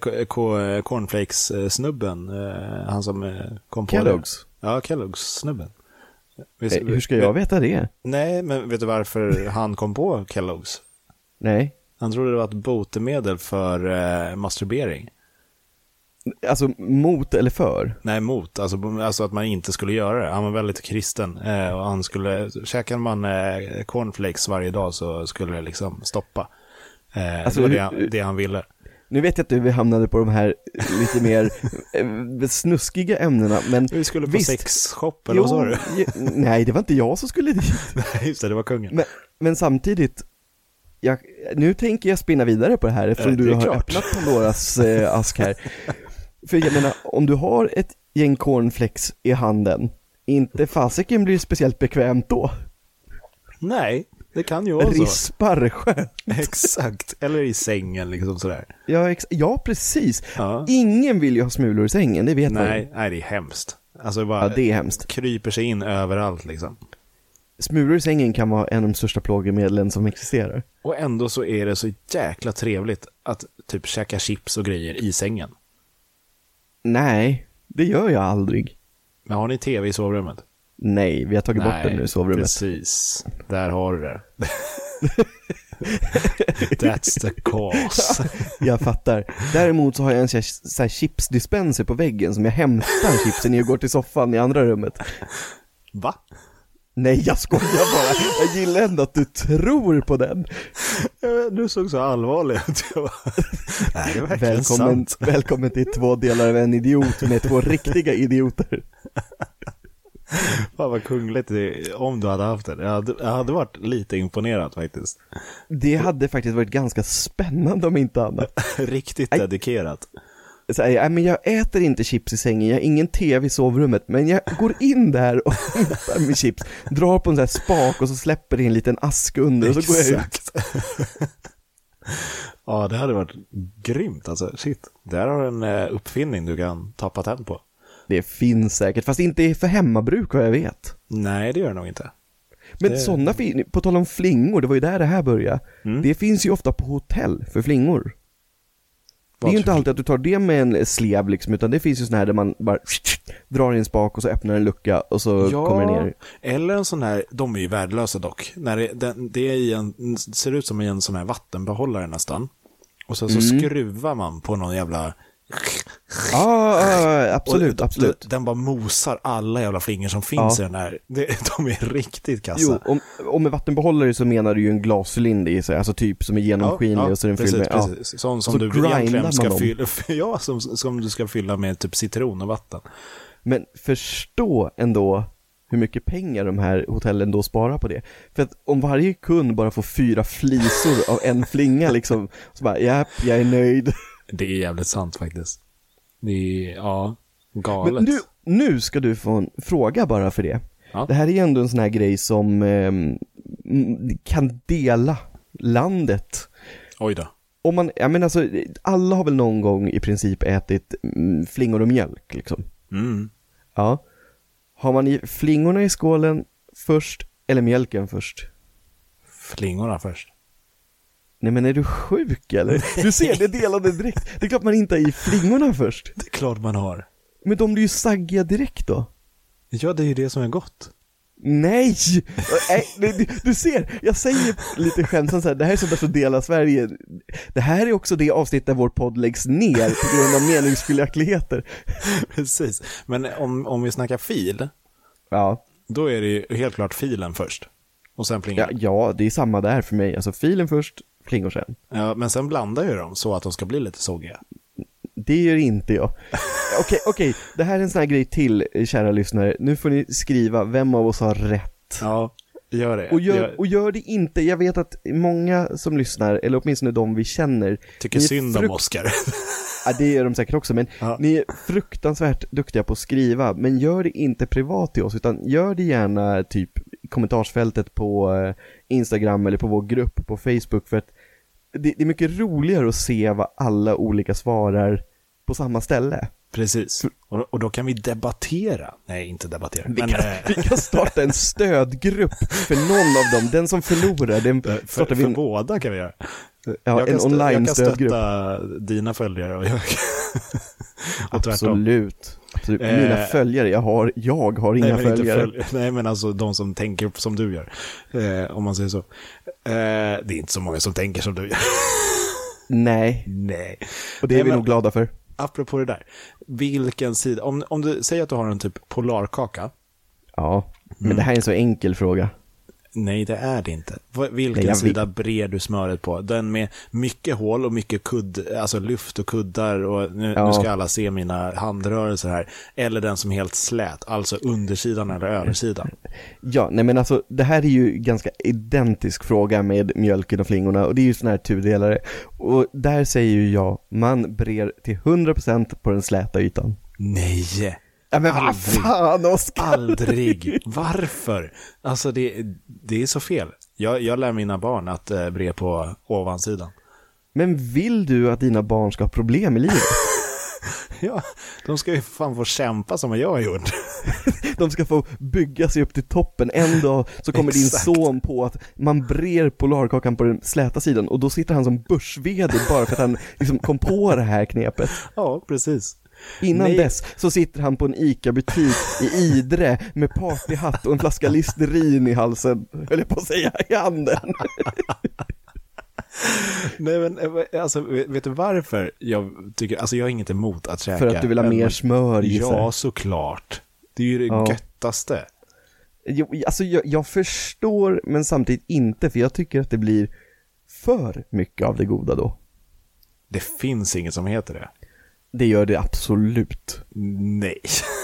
Cornflakes-snubben, han som kom på Kellogg's. Ja, Kellogg's-snubben. Hur ska jag veta det? Nej, men vet du varför han kom på Kellogg's? Nej. Han trodde det var ett botemedel för masturbering. Alltså mot eller för? Nej, mot. Alltså att man inte skulle göra det. Han var väldigt kristen. Och han skulle, käkar man cornflakes varje dag så skulle det liksom stoppa. Alltså, det var det han ville. Nu vet jag att vi hamnade på de här lite mer snuskiga ämnena, men vi skulle på sexshop eller vad sa du? Nej, det var inte jag som skulle dit. Nej, just det var kungen. Men samtidigt, Nu tänker jag spinna vidare på det här eftersom du har öppnat Pandoras ask här. För jag menar, om du har ett gäng cornflakes i handen, inte fasiken blir speciellt bekvämt då. Nej, det kan ju vara så. Rispar skönt. Exakt, eller i sängen liksom sådär. Ja, precis. Ja. Ingen vill ju ha smulor i sängen, det vet man. Nej, det är hemskt. Alltså bara det är hemskt. Kryper sig in överallt liksom. Smulor i sängen kan vara en av de största plågemedlen som existerar. Och ändå så är det så jäkla trevligt att typ käka chips och grejer i sängen. Nej, det gör jag aldrig. Men har ni tv i sovrummet? Nej, vi har tagit bort den nu i sovrummet. Precis, där har du det. That's the cause. Jag fattar. Däremot så har jag en så här chipsdispenser på väggen som jag hämtar chipsen i och går till soffan i andra rummet. Va? Nej, jag skojar bara. Jag gillar ändå att du tror på den. Du såg så allvarlig ut. Nej, det är verkligen sant. Välkommen till 2 delar av en idiot med 2 riktiga idioter. Fan vad kungligt om du hade haft det. Jag hade varit lite imponerad faktiskt. Det hade faktiskt varit ganska spännande om inte annat. Riktigt dedikerat. Så här, men jag äter inte chips i sängen, jag har ingen tv i sovrummet, men jag går in där och hämtar med chips, drar på en sån här spak och så släpper det en liten ask under och så går jag ut. Ja, det hade varit grymt alltså. Shit, där har en uppfinning du kan ta patent på. Det finns säkert, fast inte för hemmabruk vad jag vet. Nej, det gör det nog inte. Men sådana, på tal om flingor, det var ju där det här började. Det finns ju ofta på hotell för flingor. Det är ju inte alltid att du tar det med en slev liksom, utan det finns ju sån här där man bara drar i en spak och så öppnar en lucka och så kommer det ner. Eller en sån här, de är ju värdelösa dock. När det är i ser ut som i en sån här vattenbehållare nästan. Och så skruvar man på någon jävla... Absolut, absolut. Den bara mosar alla jävla flingor som finns i den här. De är riktigt kassa. Jo, om med vattenbehållare så menar du ju en glascylinder i sig, alltså typ som är genomskinlig och så den precis, fyller med. Precis. Sån som du egentligen ska fylla, som du ska fylla med typ citron och vatten. Men förstå ändå hur mycket pengar de här hotellen då sparar på det. För att om varje kund bara får 4 flisor av en flinga liksom, så bara, jag är nöjd. Det är jävligt sant faktiskt. Det är, galet. Men nu ska du få en fråga bara för det. Ja. Det här är ändå en sån här grej som kan dela landet. Oj då. Jag menar alltså, alla har väl någon gång i princip ätit flingor och mjölk liksom. Ja. Har man flingorna i skålen först eller mjölken först? Flingorna först. Nej, men är du sjuk eller? Du ser, det delade direkt. Det är klart man inte har i flingorna först. Det är klart man har. Men de blir ju saggiga direkt då. Ja, det är ju det som är gott. Nej! Du ser, jag säger lite skämtsamt så här, det här är sånt där som delar Sverige. Det här är också det avsnitt där vår podd läggs ner på grund av meningsskiljaktigheter. Precis, men om vi snackar fil, då är det ju helt klart filen först. Och sen flingor. Ja, det är samma där för mig. Alltså filen först, flingor sen. Ja, men sen blandar ju dem så att de ska bli lite sågiga. Det gör inte jag. Okej, det här är en sån här grej till, kära lyssnare. Nu får ni skriva vem av oss har rätt. Ja, gör det. Och gör det inte. Jag vet att många som lyssnar, eller åtminstone de vi känner, tycker synd om Oscar. Ja, det gör de säkert också, men ni är fruktansvärt duktiga på att skriva. Men gör det inte privat till oss, utan gör det gärna typ i kommentarsfältet på Instagram eller på vår grupp på Facebook, för att det är mycket roligare att se vad alla olika svarar på samma ställe. Precis. Och då kan vi debattera. Nej, inte debattera. Vi kan starta en stödgrupp för någon av dem. Den som förlorar, den startar vi. För båda kan vi göra. Ja, en online-stödgrupp. Jag kan stötta dina följare och jag och Absolut. Mina följare, jag har inga följare. Nej, men alltså de som tänker som du gör. Om man säger så. Det är inte så många som tänker som du gör. Nej. Och det är vi nog glada för. Apropå det där. Vilken sida? Om du säger att du har en typ polarkaka. Ja, men det här är en så enkel fråga. Nej, det är det inte. Vilken Nej, sida brer du smöret på? Den med mycket hål och mycket alltså luft och kuddar och nu ska alla se mina handrörelser här. Eller den som är helt slät, alltså undersidan eller översidan. Ja, nej men alltså det här är ju ganska identisk fråga med mjölken och flingorna och det är ju sån här tudelare. Och där säger ju jag, man brer till 100% på den släta ytan. Nej! Ja, men vad fan, Oskar? Aldrig. Varför? Alltså det är så fel. Jag lär mina barn att bre på ovansidan. Men vill du att dina barn ska ha problem i livet? Ja, de ska ju fan få kämpa som jag har gjort. De ska få bygga sig upp till toppen. En dag så kommer din son på att man brer polarkakan på den släta sidan och då sitter han som börs-vd bara för att han liksom kom på det här knepet. Ja, precis. Innan dess så sitter han på en ICA-butik i Idre med partyhatt och en flaska Listerin i halsen, höll jag på att säga, i handen. Nej men alltså, vet du varför jag tycker, alltså jag har inget emot att käka. För att du vill ha mer smör, gissar. Ja, såklart. Det är ju det göttaste. Alltså jag förstår, men samtidigt inte, för jag tycker att det blir för mycket av det goda då. Det finns inget som heter det. Det gör det absolut. Nej.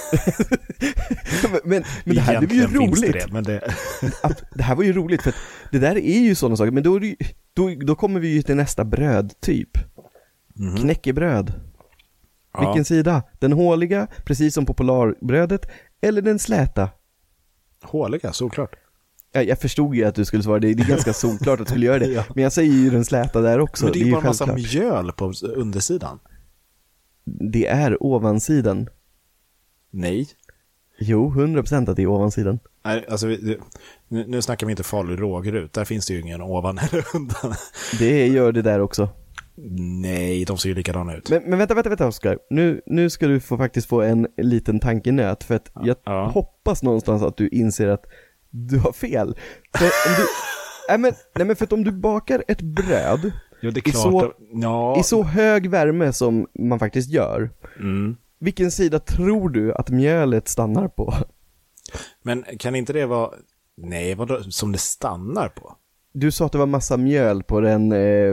men det här är ju roligt. Det här var ju roligt för att det där är ju sådana saker. Men då kommer vi ju till nästa brödtyp. Knäckebröd. Ja. Vilken sida? Den håliga, precis som på polarbrödet, eller den släta? Håliga, såklart. Jag förstod ju att du skulle svara det. Det är ganska solklart att du skulle göra det. Ja. Men jag säger ju den släta där också. Men det är ju bara en massa mjöl på undersidan. Det är ovansidan. Nej. Jo, 100% att det är ovansidan. Nej, alltså nu snackar vi inte Falu-rågrut. Där finns det ju ingen ovan eller undan. Det gör det där också. Nej, de ser ju likadana ut. Men vänta Oskar. Nu ska du faktiskt få en liten tankenöt. För att jag hoppas någonstans att du inser att du har fel. För om du, nej men för att om du bakar ett bröd i så hög värme som man faktiskt gör, vilken sida tror du att mjölet stannar på? Men kan inte det vara... Nej, vadå, som det stannar på? Du sa att det var massa mjöl på den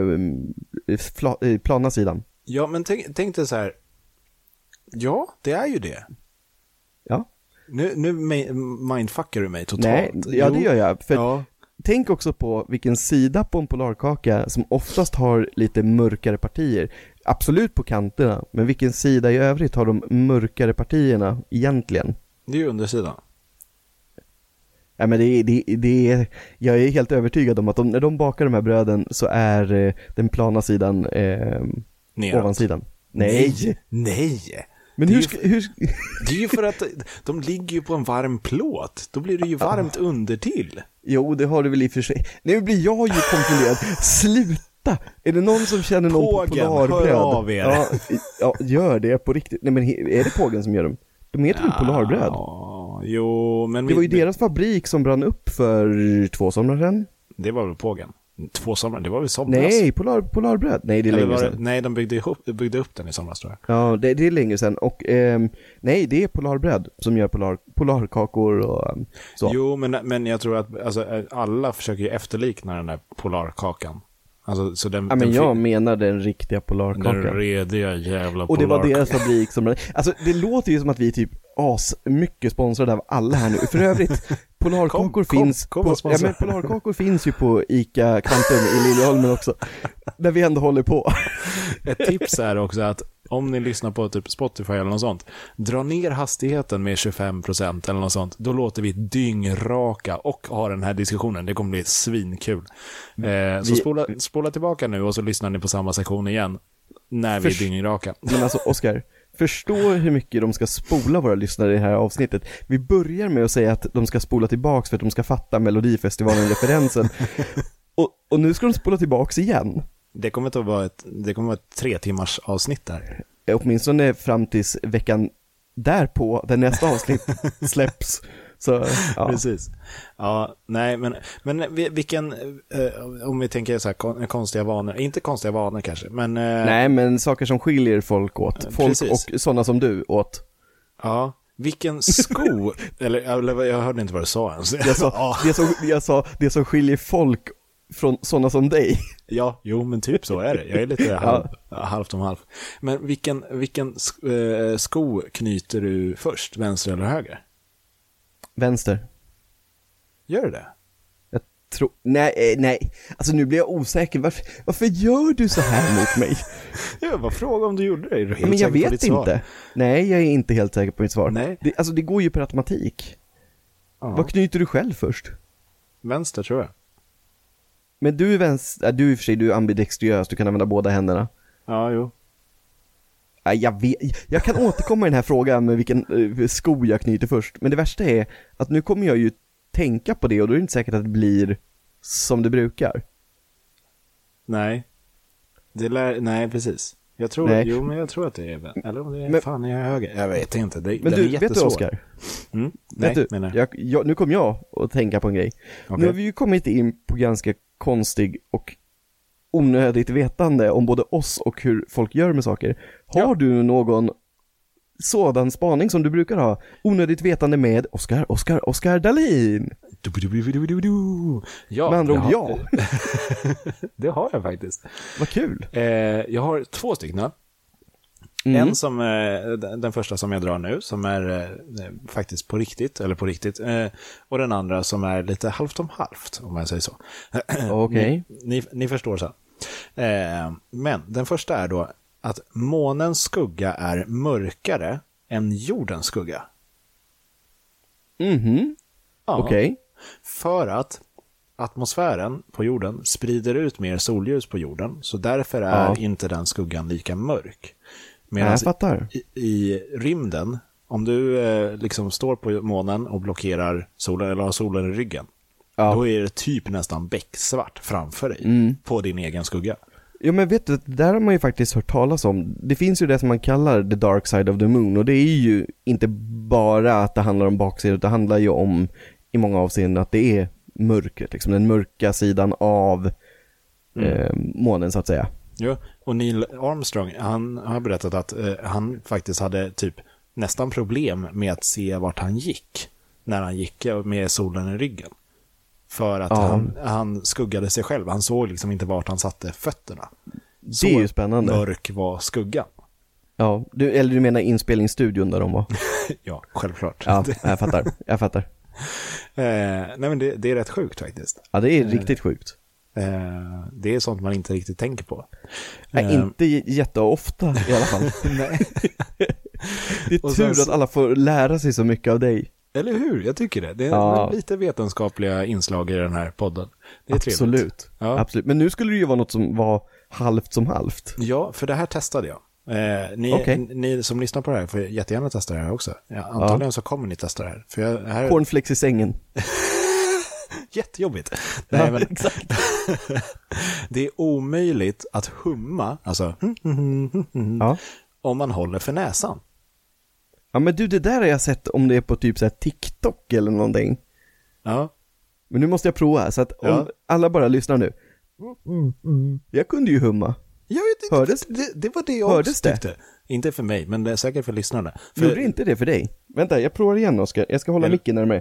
plana sidan. Ja, men tänk dig så här. Ja, det är ju det. Ja. Nu mindfuckar du mig totalt. Nej, ja det gör jag. För tänk också på vilken sida på en polarkaka som oftast har lite mörkare partier. Absolut på kanterna, men vilken sida i övrigt har de mörkare partierna egentligen? Det är ju undersidan. Ja, men jag är helt övertygad om att när de bakar de här bröden så är den plana sidan ovansidan. Nej. Men hur det är ju för att de ligger ju på en varm plåt. Då blir det ju varmt under till. Jo, det har du väl i och för sig. Nu blir jag ju konfunderad. Sluta! Är det någon som känner någon på polarbröd? Hör av er. Ja, gör det på riktigt. Nej, men är det Pågen som gör dem? De heter väl polarbröd? Jo, men... Det var ju deras fabrik som brann upp för 2 somrar sedan. Det var väl Pågen? 2 somrar, det var väl somras? Nej, polarbröd. Nej, det är längre sedan. Nej, de byggde upp den i somras, tror jag. Ja, det är längre sedan. Och nej, det är polarbröd som gör polarkakor och så. Jo, men jag tror att alltså, alla försöker ju efterlikna den där polarkakan. Alltså, så men jag menar den riktiga polarkakan. Den rediga jävla polarkakan. Och det var deras fabrik som... Alltså, det låter ju som att vi är typ mycket sponsrade av alla här nu. För övrigt, polarkakor polarkakor finns ju på ICA Kvantum i Liljeholmen också. Där vi ändå håller på. Ett tips är också att om ni lyssnar på typ Spotify eller något sånt, dra ner hastigheten med 25% eller något sånt. Då låter vi dyngraka och ha den här diskussionen. Det kommer bli svinkul. Så spola tillbaka nu och så lyssnar ni på samma sektion igen när vi är dyngraka. Men alltså, Oskar, förstå hur mycket de ska spola våra lyssnare i det här avsnittet. Vi börjar med att säga att de ska spola tillbaks för att de ska fatta Melodifestivalen-referensen. och nu ska de spola tillbaks igen. Det kommer att vara ett 3 timmars avsnitt där. Åtminstone fram tills veckan därpå, där nästa avsnitt släpps. Så, ja. Precis. Ja, nej, men vilken, om vi tänker så här, konstiga vanor, inte konstiga vanor kanske, men... Nej, men saker som skiljer folk åt. Folk precis. Och sådana som du åt. Ja, Vilken sko, eller jag hörde inte vad du sa ens. Jag sa det som skiljer folk från sådana som dig. Ja, jo men typ så är det. Jag är lite halvt om halvt. Men vilken sko knyter du först, vänster eller höger? Vänster. Gör du det? Nej. Alltså nu blir jag osäker. Varför gör du så här mot mig? Jag bara fråga om du gjorde det. Är du helt men jag säker på vet ditt inte. Svar? Nej, jag är inte helt säker på mitt svar. Nej. Det går ju per automatik. Ja. Vad knyter du själv först? Vänster tror jag. Men du är vänster, du i och för sig, du är ambidextriös, du kan använda båda händerna. Ja, jo. Jag kan återkomma i den här frågan med vilken sko jag knyter först. Men det värsta är att nu kommer jag ju tänka på det och då är det inte säkert att det blir som det brukar. Nej. Nej, precis. Jag tror att det är, eller om det är fan jag är höger. Jag vet inte. Men du, vet du Oskar? Nej, nu kommer jag att tänka på en grej. Okay. Nu har vi ju kommit in på ganska konstig och onödigt vetande om både oss och hur folk gör med saker. Har du någon sådan spaning som du brukar ha? Onödigt vetande med Oskar Dahlin. Ja, med andra ord, ja. Det har jag faktiskt. Vad kul. Jag har 2 stycken. En som den första som jag drar nu, som är faktiskt på riktigt, och den andra som är lite halvt om halvt, om jag säger så. Okej. Ni förstår så. Men den första är då att månens skugga är mörkare än jordens skugga. Ja. Okej. För att atmosfären på jorden sprider ut mer solljus på jorden, så därför är inte den skuggan lika mörk. Medan jag fattar. I rymden, om du liksom står på månen och blockerar solen eller har solen i ryggen, då är det typ nästan becksvart framför dig på din egen skugga. Ja, men vet du, där har man ju faktiskt hört talas om. Det finns ju det som man kallar the dark side of the moon, och det är ju inte bara att det handlar om baksidan, det handlar ju om i många avseenden att det är mörkret, liksom den mörka sidan av månen så att säga. Ja, och Neil Armstrong, han har berättat att han faktiskt hade typ nästan problem med att se vart han gick när han gick med solen i ryggen. För att han skuggade sig själv. Han såg liksom inte vart han satte fötterna. Det är ju spännande. Mörk var skuggan. Ja, du menar inspelningsstudion där de var? Ja, självklart. Ja, jag fattar. Nej, men det är rätt sjukt faktiskt. Ja, det är riktigt sjukt. Det är sånt man inte riktigt tänker på. Nej, inte jätteofta i alla fall. Nej. Det är tur att alla får lära sig så mycket av dig. Eller hur? Jag tycker det. Det är lite vetenskapliga inslag i den här podden. Det är absolut. Trevligt. Ja. Absolut. Men nu skulle det ju vara något som var halvt som halvt. Ja, för det här testade jag. Ni som lyssnar på det här får jättegärna testa det här också. Antagligen så kommer ni testa det här. För cornflakes i sängen. Jättejobbigt. Nej, men exakt. Det är omöjligt att humma, alltså om man håller för näsan. Ja, men du, det där har jag sett om det är på typ så här TikTok eller någonting. Ja. Men nu måste jag prova, så att om alla bara lyssnar nu. Jag kunde ju humma. Jag vet inte. Hördes? Det var det jag tyckte. Inte för mig, men det är säkert för lyssnarna. Gjorde inte det för dig? Vänta, jag provar igen, Oskar. Jag ska hålla micken närmare.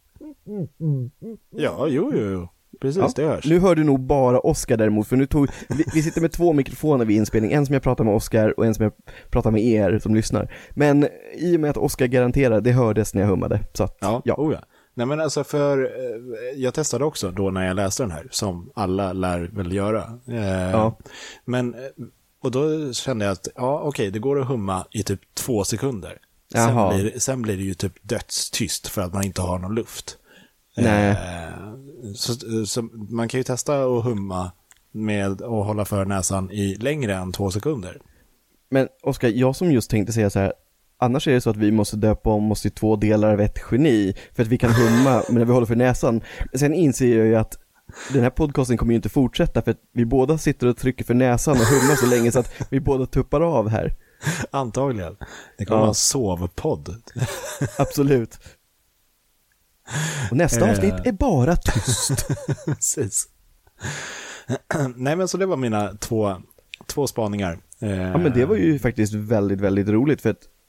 Ja, jo. Precis, det hörs. Nu hör du nog bara Oskar däremot, för nu vi sitter med 2 mikrofoner vid inspelning. En som jag pratar med Oskar och en som jag pratar med er som lyssnar. Men i och med att Oskar garanterar, det hördes när jag hummade. Så att, ja. Nej, men alltså jag testade också då när jag läste den här, som alla lär väl göra. Men, och då kände jag att okej, det går att humma i typ 2 sekunder. Sen blir det ju typ dödstyst för att man inte har någon luft. Nej. Så man kan ju testa att humma med att hålla för näsan i längre än 2 sekunder. Men Oskar, jag som just tänkte säga så här, annars är det så att vi måste döpa om oss i 2 delar av ett geni för att vi kan humma men när vi håller för näsan. Sen inser jag ju att den här podcasten kommer ju inte fortsätta för att vi båda sitter och trycker för näsan och hummar så länge så att vi båda tuppar av här. Antagligen. Det kommer vara en sovpodd. Absolut. Och nästa avsnitt är bara tyst. Precis. Nej, men så det var mina två spaningar. Ja, men det var ju faktiskt väldigt, väldigt roligt för att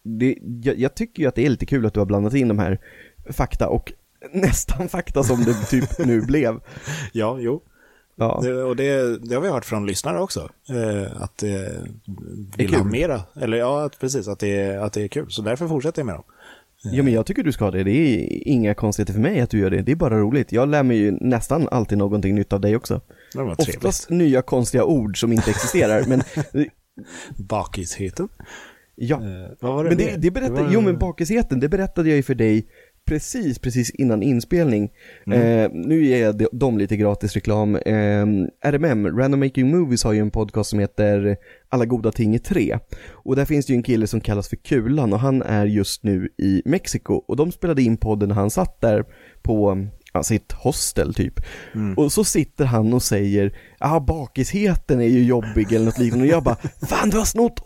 jag tycker ju att det är lite kul att du har blandat in de här fakta och nästan fakta som det typ nu blev. Ja, jo. Ja. Det har vi hört från lyssnare också. Att vill ha mera. Eller ja, precis. Att det är kul. Så därför fortsätter jag med dem. Ja, men jag tycker du ska ha det. Det är inga konstigheter för mig att du gör det. Det är bara roligt. Jag lär mig ju nästan alltid någonting nytt av dig också. Det var trevligt. Oftast nya konstiga ord som inte existerar. Men bakisheten. Ja. Vad var det? Men det berättade, jo, men bakisheten, det berättade jag ju för dig precis innan inspelning. Nu ger jag dem lite gratis reklam. RMM, Random Making Movies, har ju en podcast som heter Alla goda ting är 3. Och där finns det ju en kille som kallas för Kulan, och han är just nu i Mexiko. Och de spelade in podden när han satt där på sitt hostel typ. Och så sitter han och säger bakisheten är ju jobbig eller något liknande. Och jag bara, fan, du har snott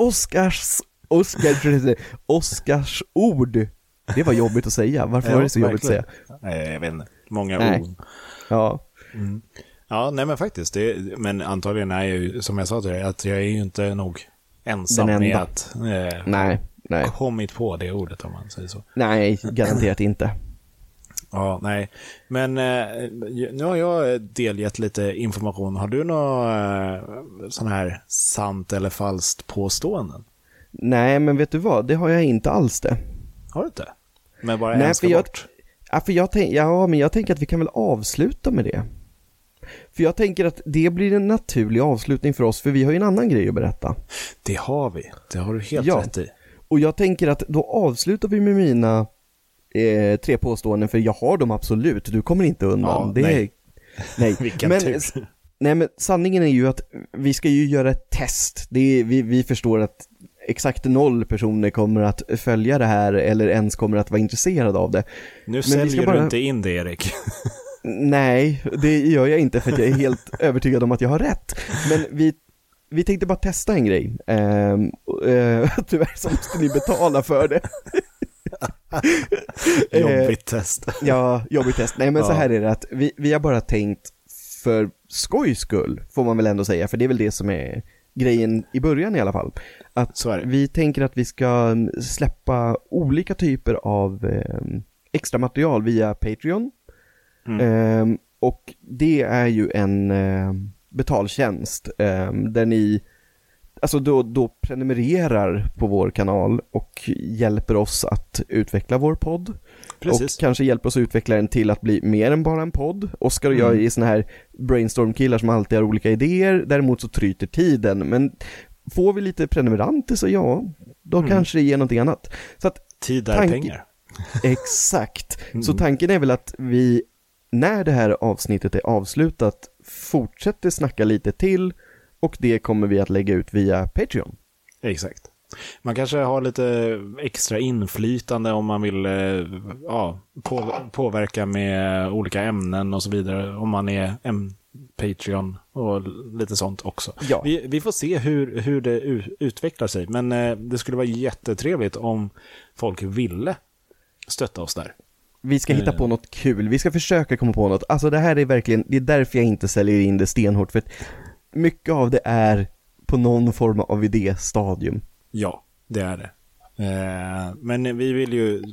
Oscars ord. Det var jobbigt att säga. Varför var det så jobbigt att säga? Nej, jag vet inte. Många ord. Ja. Ja, nej men faktiskt. Men antagligen är jag ju, som jag sa till dig, att jag är ju inte nog ensam med att nej. kommit på det ordet, om man säger så. Nej, garanterat inte. Ja, nej. Men nu har jag delgett lite information. Har du något sån här sant eller falskt påståenden? Nej, men vet du vad? Det har jag inte alls det. Har du inte? Men bara en ska bort? Men jag tänker att vi kan väl avsluta med det. För jag tänker att det blir en naturlig avslutning för oss, för vi har ju en annan grej att berätta. Det har vi. Det har du helt rätt i. Och jag tänker att då avslutar vi med mina 3 påståenden, för jag har dem absolut. Du kommer inte undan. Ja, nej. Vilken tur. Nej, men sanningen är ju att vi ska ju göra ett test. Vi förstår att exakt 0 personer kommer att följa det här eller ens kommer att vara intresserade av det. Nu säljer du inte in det, Erik. Nej, det gör jag inte, för att jag är helt övertygad om att jag har rätt. Men vi tänkte bara testa en grej. Tyvärr så måste ni betala för det. Jobbigt test. Ja, jobbigt test. Nej, men så här är det att vi har bara tänkt för skojs skull, får man väl ändå säga, för det är väl det som är grejen i början i alla fall. Att vi tänker att vi ska släppa olika typer av extra material via Patreon. Och det är ju en betaltjänst där ni alltså då prenumererar på vår kanal och hjälper oss att utveckla vår podd. Precis. Och kanske hjälper oss att utveckla den till att bli mer än bara en podd. Oskar och jag är såna här brainstorm-killar som alltid har olika idéer. Däremot så tryter tiden. Men får vi lite prenumeranter så då kanske det ger någonting annat. Så att tid är pengar. Exakt. Så tanken är väl att vi, när det här avsnittet är avslutat, fortsätter snacka lite till, och det kommer vi att lägga ut via Patreon. Exakt. Man kanske har lite extra inflytande om man vill påverka med olika ämnen och så vidare, om man är en Patreon och lite sånt också. Ja. Vi får se hur det utvecklar sig, men det skulle vara jättetrevligt om folk ville stötta oss där. Vi ska hitta på något kul. Vi ska försöka komma på något. Alltså det här är verkligen, det är därför jag inte säljer in det stenhårt, för att mycket av det är på någon form av idéstadium. Ja, det är det. Men vi vill ju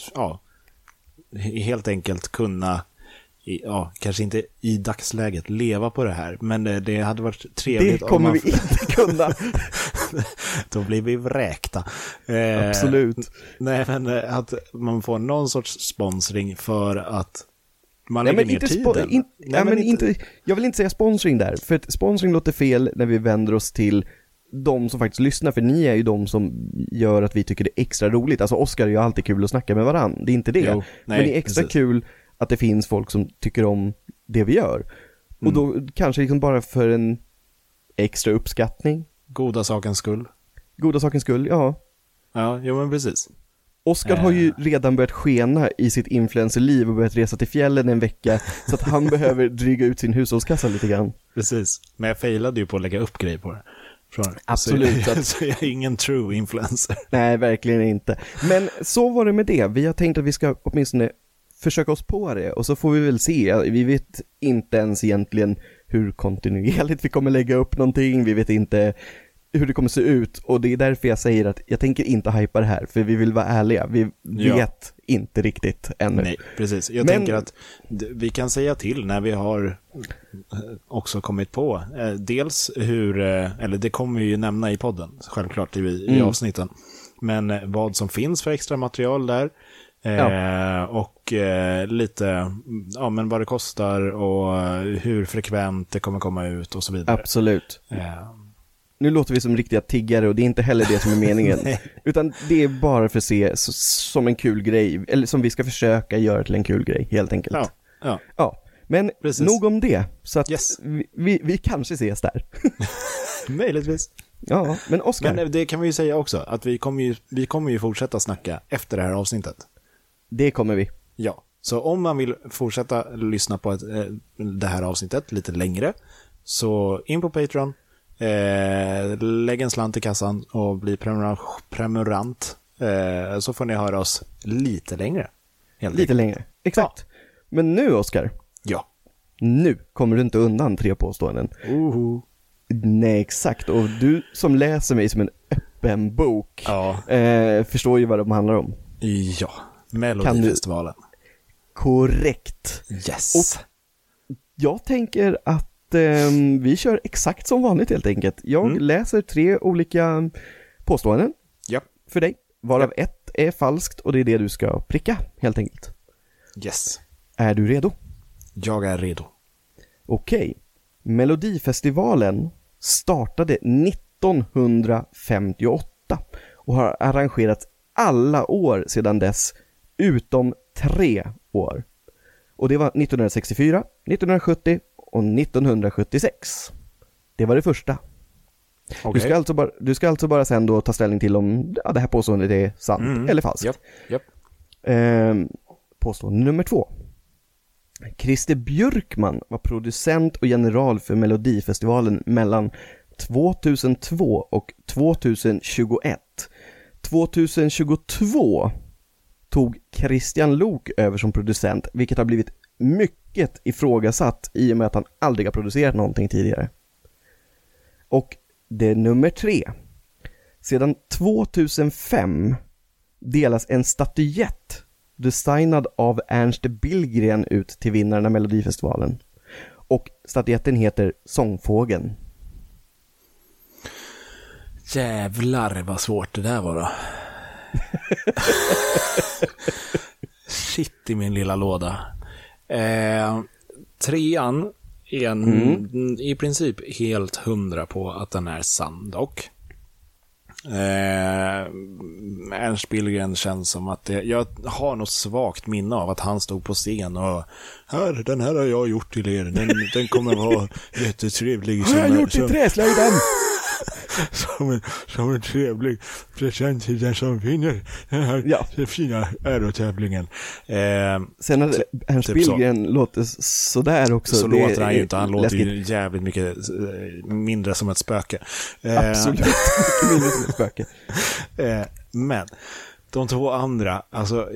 helt enkelt kunna kanske inte i dagsläget leva på det här, men det hade varit trevligt. Det kommer vi inte kunna. Då blir vi vräkta. Absolut. Nej, men att man får någon sorts sponsring för att man lägger ner tiden. Jag vill inte säga sponsring där, för att sponsring låter fel när vi vänder oss till de som faktiskt lyssnar, för ni är ju de som gör att vi tycker det är extra roligt. Alltså Oskar är ju alltid kul att snacka med varann, det är inte det. Jo, men det är extra kul att det finns folk som tycker om det vi gör. Och då kanske liksom bara för en extra uppskattning. Goda sakens skull. Goda sakens skull, ja. Ja, jo men precis. Oskar har ju redan börjat skena i sitt influencerliv och börjat resa till fjällen en vecka, så att han behöver dryga ut sin hushållskassa lite grann. Precis, men jag failade ju på att lägga upp grejer på det. Absolut. Så jag är ingen true influencer. Nej, verkligen inte. Men så var det med det. Vi har tänkt att vi ska åtminstone försöka oss på det, och så får vi väl se. Vi vet inte ens egentligen hur kontinuerligt vi kommer lägga upp någonting. Vi vet inte hur det kommer se ut, och det är därför jag säger att jag tänker inte hypa det här, för vi vill vara ärliga. Vi vet inte riktigt ännu. Nej, precis. Jag tänker att vi kan säga till när vi har också kommit på dels hur, eller det kommer vi ju nämna i podden, självklart i avsnitten, men vad som finns för extra material där. Och lite men vad det kostar och hur frekvent det kommer komma ut och så vidare. Absolut. Nu låter vi som riktiga tiggare, och det är inte heller det som är meningen. Utan det är bara för att se som en kul grej, eller som vi ska försöka göra till en kul grej, helt enkelt. Ja. Men precis. Nog om det. Så att vi kanske ses där. Möjligtvis. Ja, men Oscar. Men det kan vi ju säga också, att vi kommer ju fortsätta snacka efter det här avsnittet. Det kommer vi. Ja, så om man vill fortsätta lyssna på det här avsnittet lite längre, så in på Patreon, lägg en slant i kassan och bli prenumerant, så får ni höra oss lite längre. Lite längre, exakt. Ja. Men nu, Oscar. Ja. Nu kommer du inte undan 3 påståenden. Nej, exakt. Och du som läser mig som en öppen bok förstår ju vad de handlar om. Ja. Melodifestivalen. Korrekt. Yes. Och jag tänker att vi kör exakt som vanligt, helt enkelt. Jag läser 3 olika påståenden för dig, varav ett är falskt, och det är det du ska pricka, helt enkelt. Yes. Är du redo? Jag är redo. Okej. Melodifestivalen startade 1958 och har arrangerats alla år sedan dess, utom 3 år. Och det var 1964, 1970 och 1976. Det var det första. Okay. Du ska alltså bara sen då ta ställning till om det här påståendet är sant eller falskt. Yep. Påstående nummer 2. Christer Björkman var producent och general för Melodifestivalen mellan 2002 och 2021. 2022 tog Christian Lok över som producent, vilket har blivit mycket ifrågasatt i och med att han aldrig har producerat någonting tidigare. Och det är nummer 3. Sedan 2005 delas en statyett designad av Ernst Billgren ut till vinnarna av Melodifestivalen. Och statyetten heter Sångfågeln. Jävlar vad svårt det där var då. Shit i min lilla låda. 3:an är i princip helt 100 på att den är sann dock. Ernst Billgren känns som att jag har något svagt minne av att han stod på scen och den här har jag gjort till er, den kommer vara jättetrevlig. Jag har gjort i träslöjden. Som en trevlig present till den som vinner den här fina ärotävlingen. Sen har Ernst Billgren låter sådär också. Så låter han ju inte, han låter ju jävligt mycket mindre som ett spöke. Absolut, mycket mindre som ett spöke. Men de 2 andra, alltså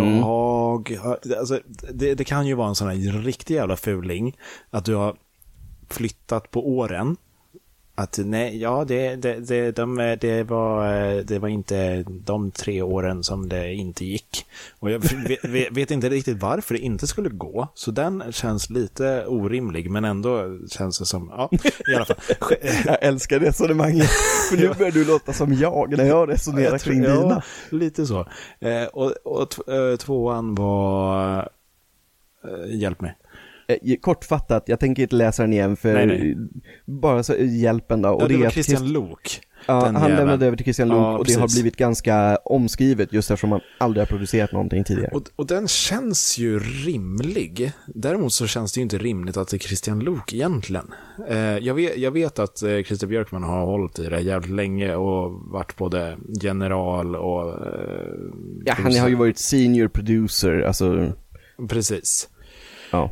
det kan ju vara en sån här riktig jävla fuling att du har flyttat på åren. Att nej, det var inte de 3 åren som det inte gick. Och jag vet inte riktigt varför det inte skulle gå. Så den känns lite orimlig, men ändå känns det som, i alla fall. Jag älskar resonemanget. För nu börjar du låta som jag när jag resonerar kring dina. Ja, lite så. Och 2:an var hjälp mig. Kortfattat, jag tänker inte läsa den igen för nej. Bara så hjälpen då. Och det var Christian Lok. Han lämnade över till Christian Lok och det har blivit ganska omskrivet just eftersom man aldrig har producerat någonting tidigare. Och den känns ju rimlig. Däremot så känns det ju inte rimligt att det är Christian Lok egentligen. Jag vet att Christer Björkman har hållit i det jävligt länge och varit både general och han har ju varit senior producer, alltså. Precis. Ja.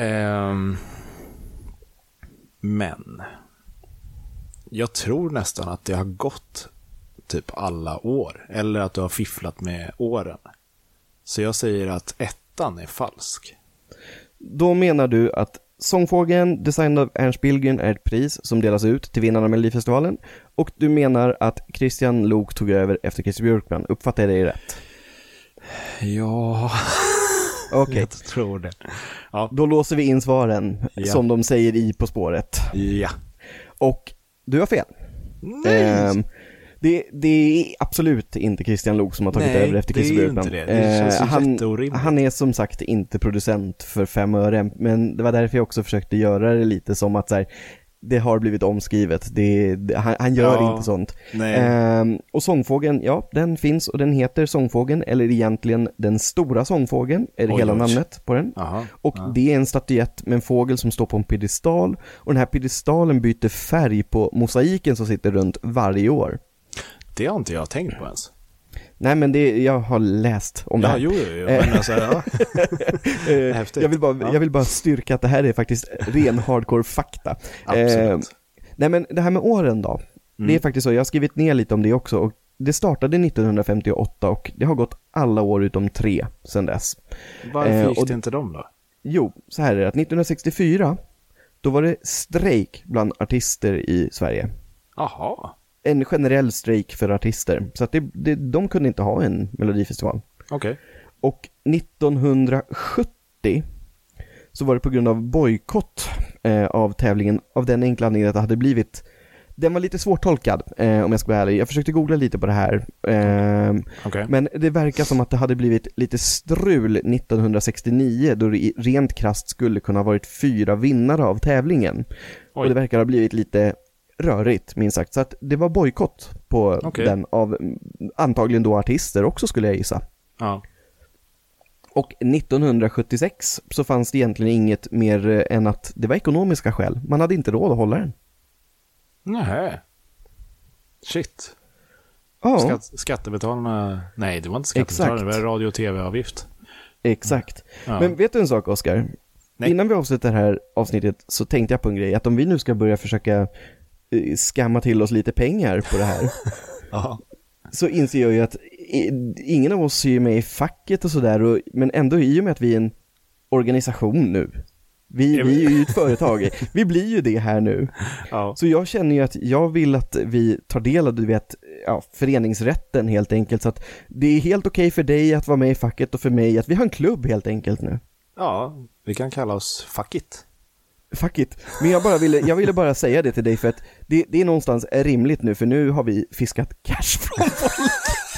Men jag tror nästan att det har gått typ alla år, eller att du har fifflat med åren. Så jag säger att 1:an är falsk. Då menar du att Sångfågeln, designad av Ernst Billgren, är ett pris som delas ut till vinnarna med Melodifestivalen. Och du menar att Christian Lok tog över efter Christer Björkman. Uppfattar jag det rätt? Ja, Okej. jag tror det. Ja. Då låser vi in svaren, som de säger i På spåret. Ja. Och du har fel. Nej. Det är absolut inte Christian Lok som har tagit över efter Christer Björkman. Nej, det är ju inte det. Det känns ju jätteorimligt. Han är som sagt inte producent för 5 öre, men det var därför jag också försökte göra det lite som att så här, det har blivit omskrivet. Han gör inte sånt. Och Sångfågeln, ja, den finns och den heter Sångfågeln, eller egentligen Den stora sångfågeln är det hela namnet på den. Det är en statyett med en fågel som står på en pedestal, och den här pedestalen byter färg på mosaiken som sitter runt varje år. Det har inte jag tänkt på ens. Nej, men jag har läst om det här. Jo. Men alltså, jag vill bara styrka att det här är faktiskt ren hardcore fakta. Absolut. Nej, men det här med åren då. Det är faktiskt så, jag har skrivit ner lite om det också. Och det startade 1958 och det har gått alla år utom 3 sedan dess. Varför gick det inte dem då? Jo, så här är det att 1964 då var det strejk bland artister i Sverige. Aha. En generell strejk för artister. Så att de kunde inte ha en melodifestival. Okej. Och 1970 så var det på grund av bojkott av tävlingen, av den enkla anledningen att det hade blivit, den var lite svårtolkad om jag ska vara ärlig. Jag försökte googla lite på det här. Men det verkar som att det hade blivit lite strul 1969 då det rent krasst skulle kunna ha varit 4 vinnare av tävlingen. Och det verkar ha blivit lite rörigt, minst sagt. Så att det var bojkott på den av antagligen då artister också, skulle jag gissa. Ja. Och 1976 så fanns det egentligen inget mer än att det var ekonomiska skäl. Man hade inte råd att hålla den. Nej. Shit. Ja. Skattebetalarna... Nej, det var inte skattebetalarna, det var radio- och tv-avgift. Exakt. Ja. Men vet du en sak, Oskar? Nej. Innan vi avslutar det här avsnittet så tänkte jag på en grej. Att om vi nu ska börja försöka skamma till oss lite pengar på det här så inser jag ju att ingen av oss är med i facket och sådär, men ändå i och med att vi är en organisation nu. Vi är ju ett företag. Vi blir ju det här nu. Ja. Så jag känner ju att jag vill att vi tar del av, du vet, föreningsrätten helt enkelt. Så att det är helt okej för dig att vara med i facket och för mig att vi har en klubb helt enkelt nu. Ja, vi kan kalla oss Fackit. Fuck it. Men jag ville bara säga det till dig för att det är någonstans rimligt nu, för nu har vi fiskat cash från folk.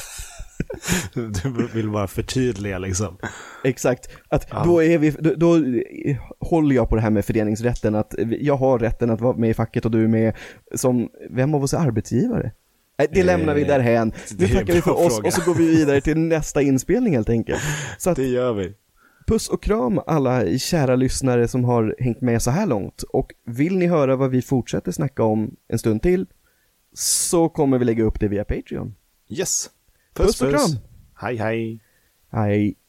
Du vill bara förtydliga liksom. Exakt. Att då håller jag på det här med föreningsrätten, att jag har rätten att vara med i facket och du är med som, vem av oss är arbetsgivare? Det lämnar vi därhän. Nu tackar vi för oss och så går vi vidare till nästa inspelning helt enkelt. Så att, det gör vi. Puss och kram alla kära lyssnare som har hängt med så här långt. Och vill ni höra vad vi fortsätter snacka om en stund till, så kommer vi lägga upp det via Patreon. Yes. Puss och kram. Hej hej. Hej.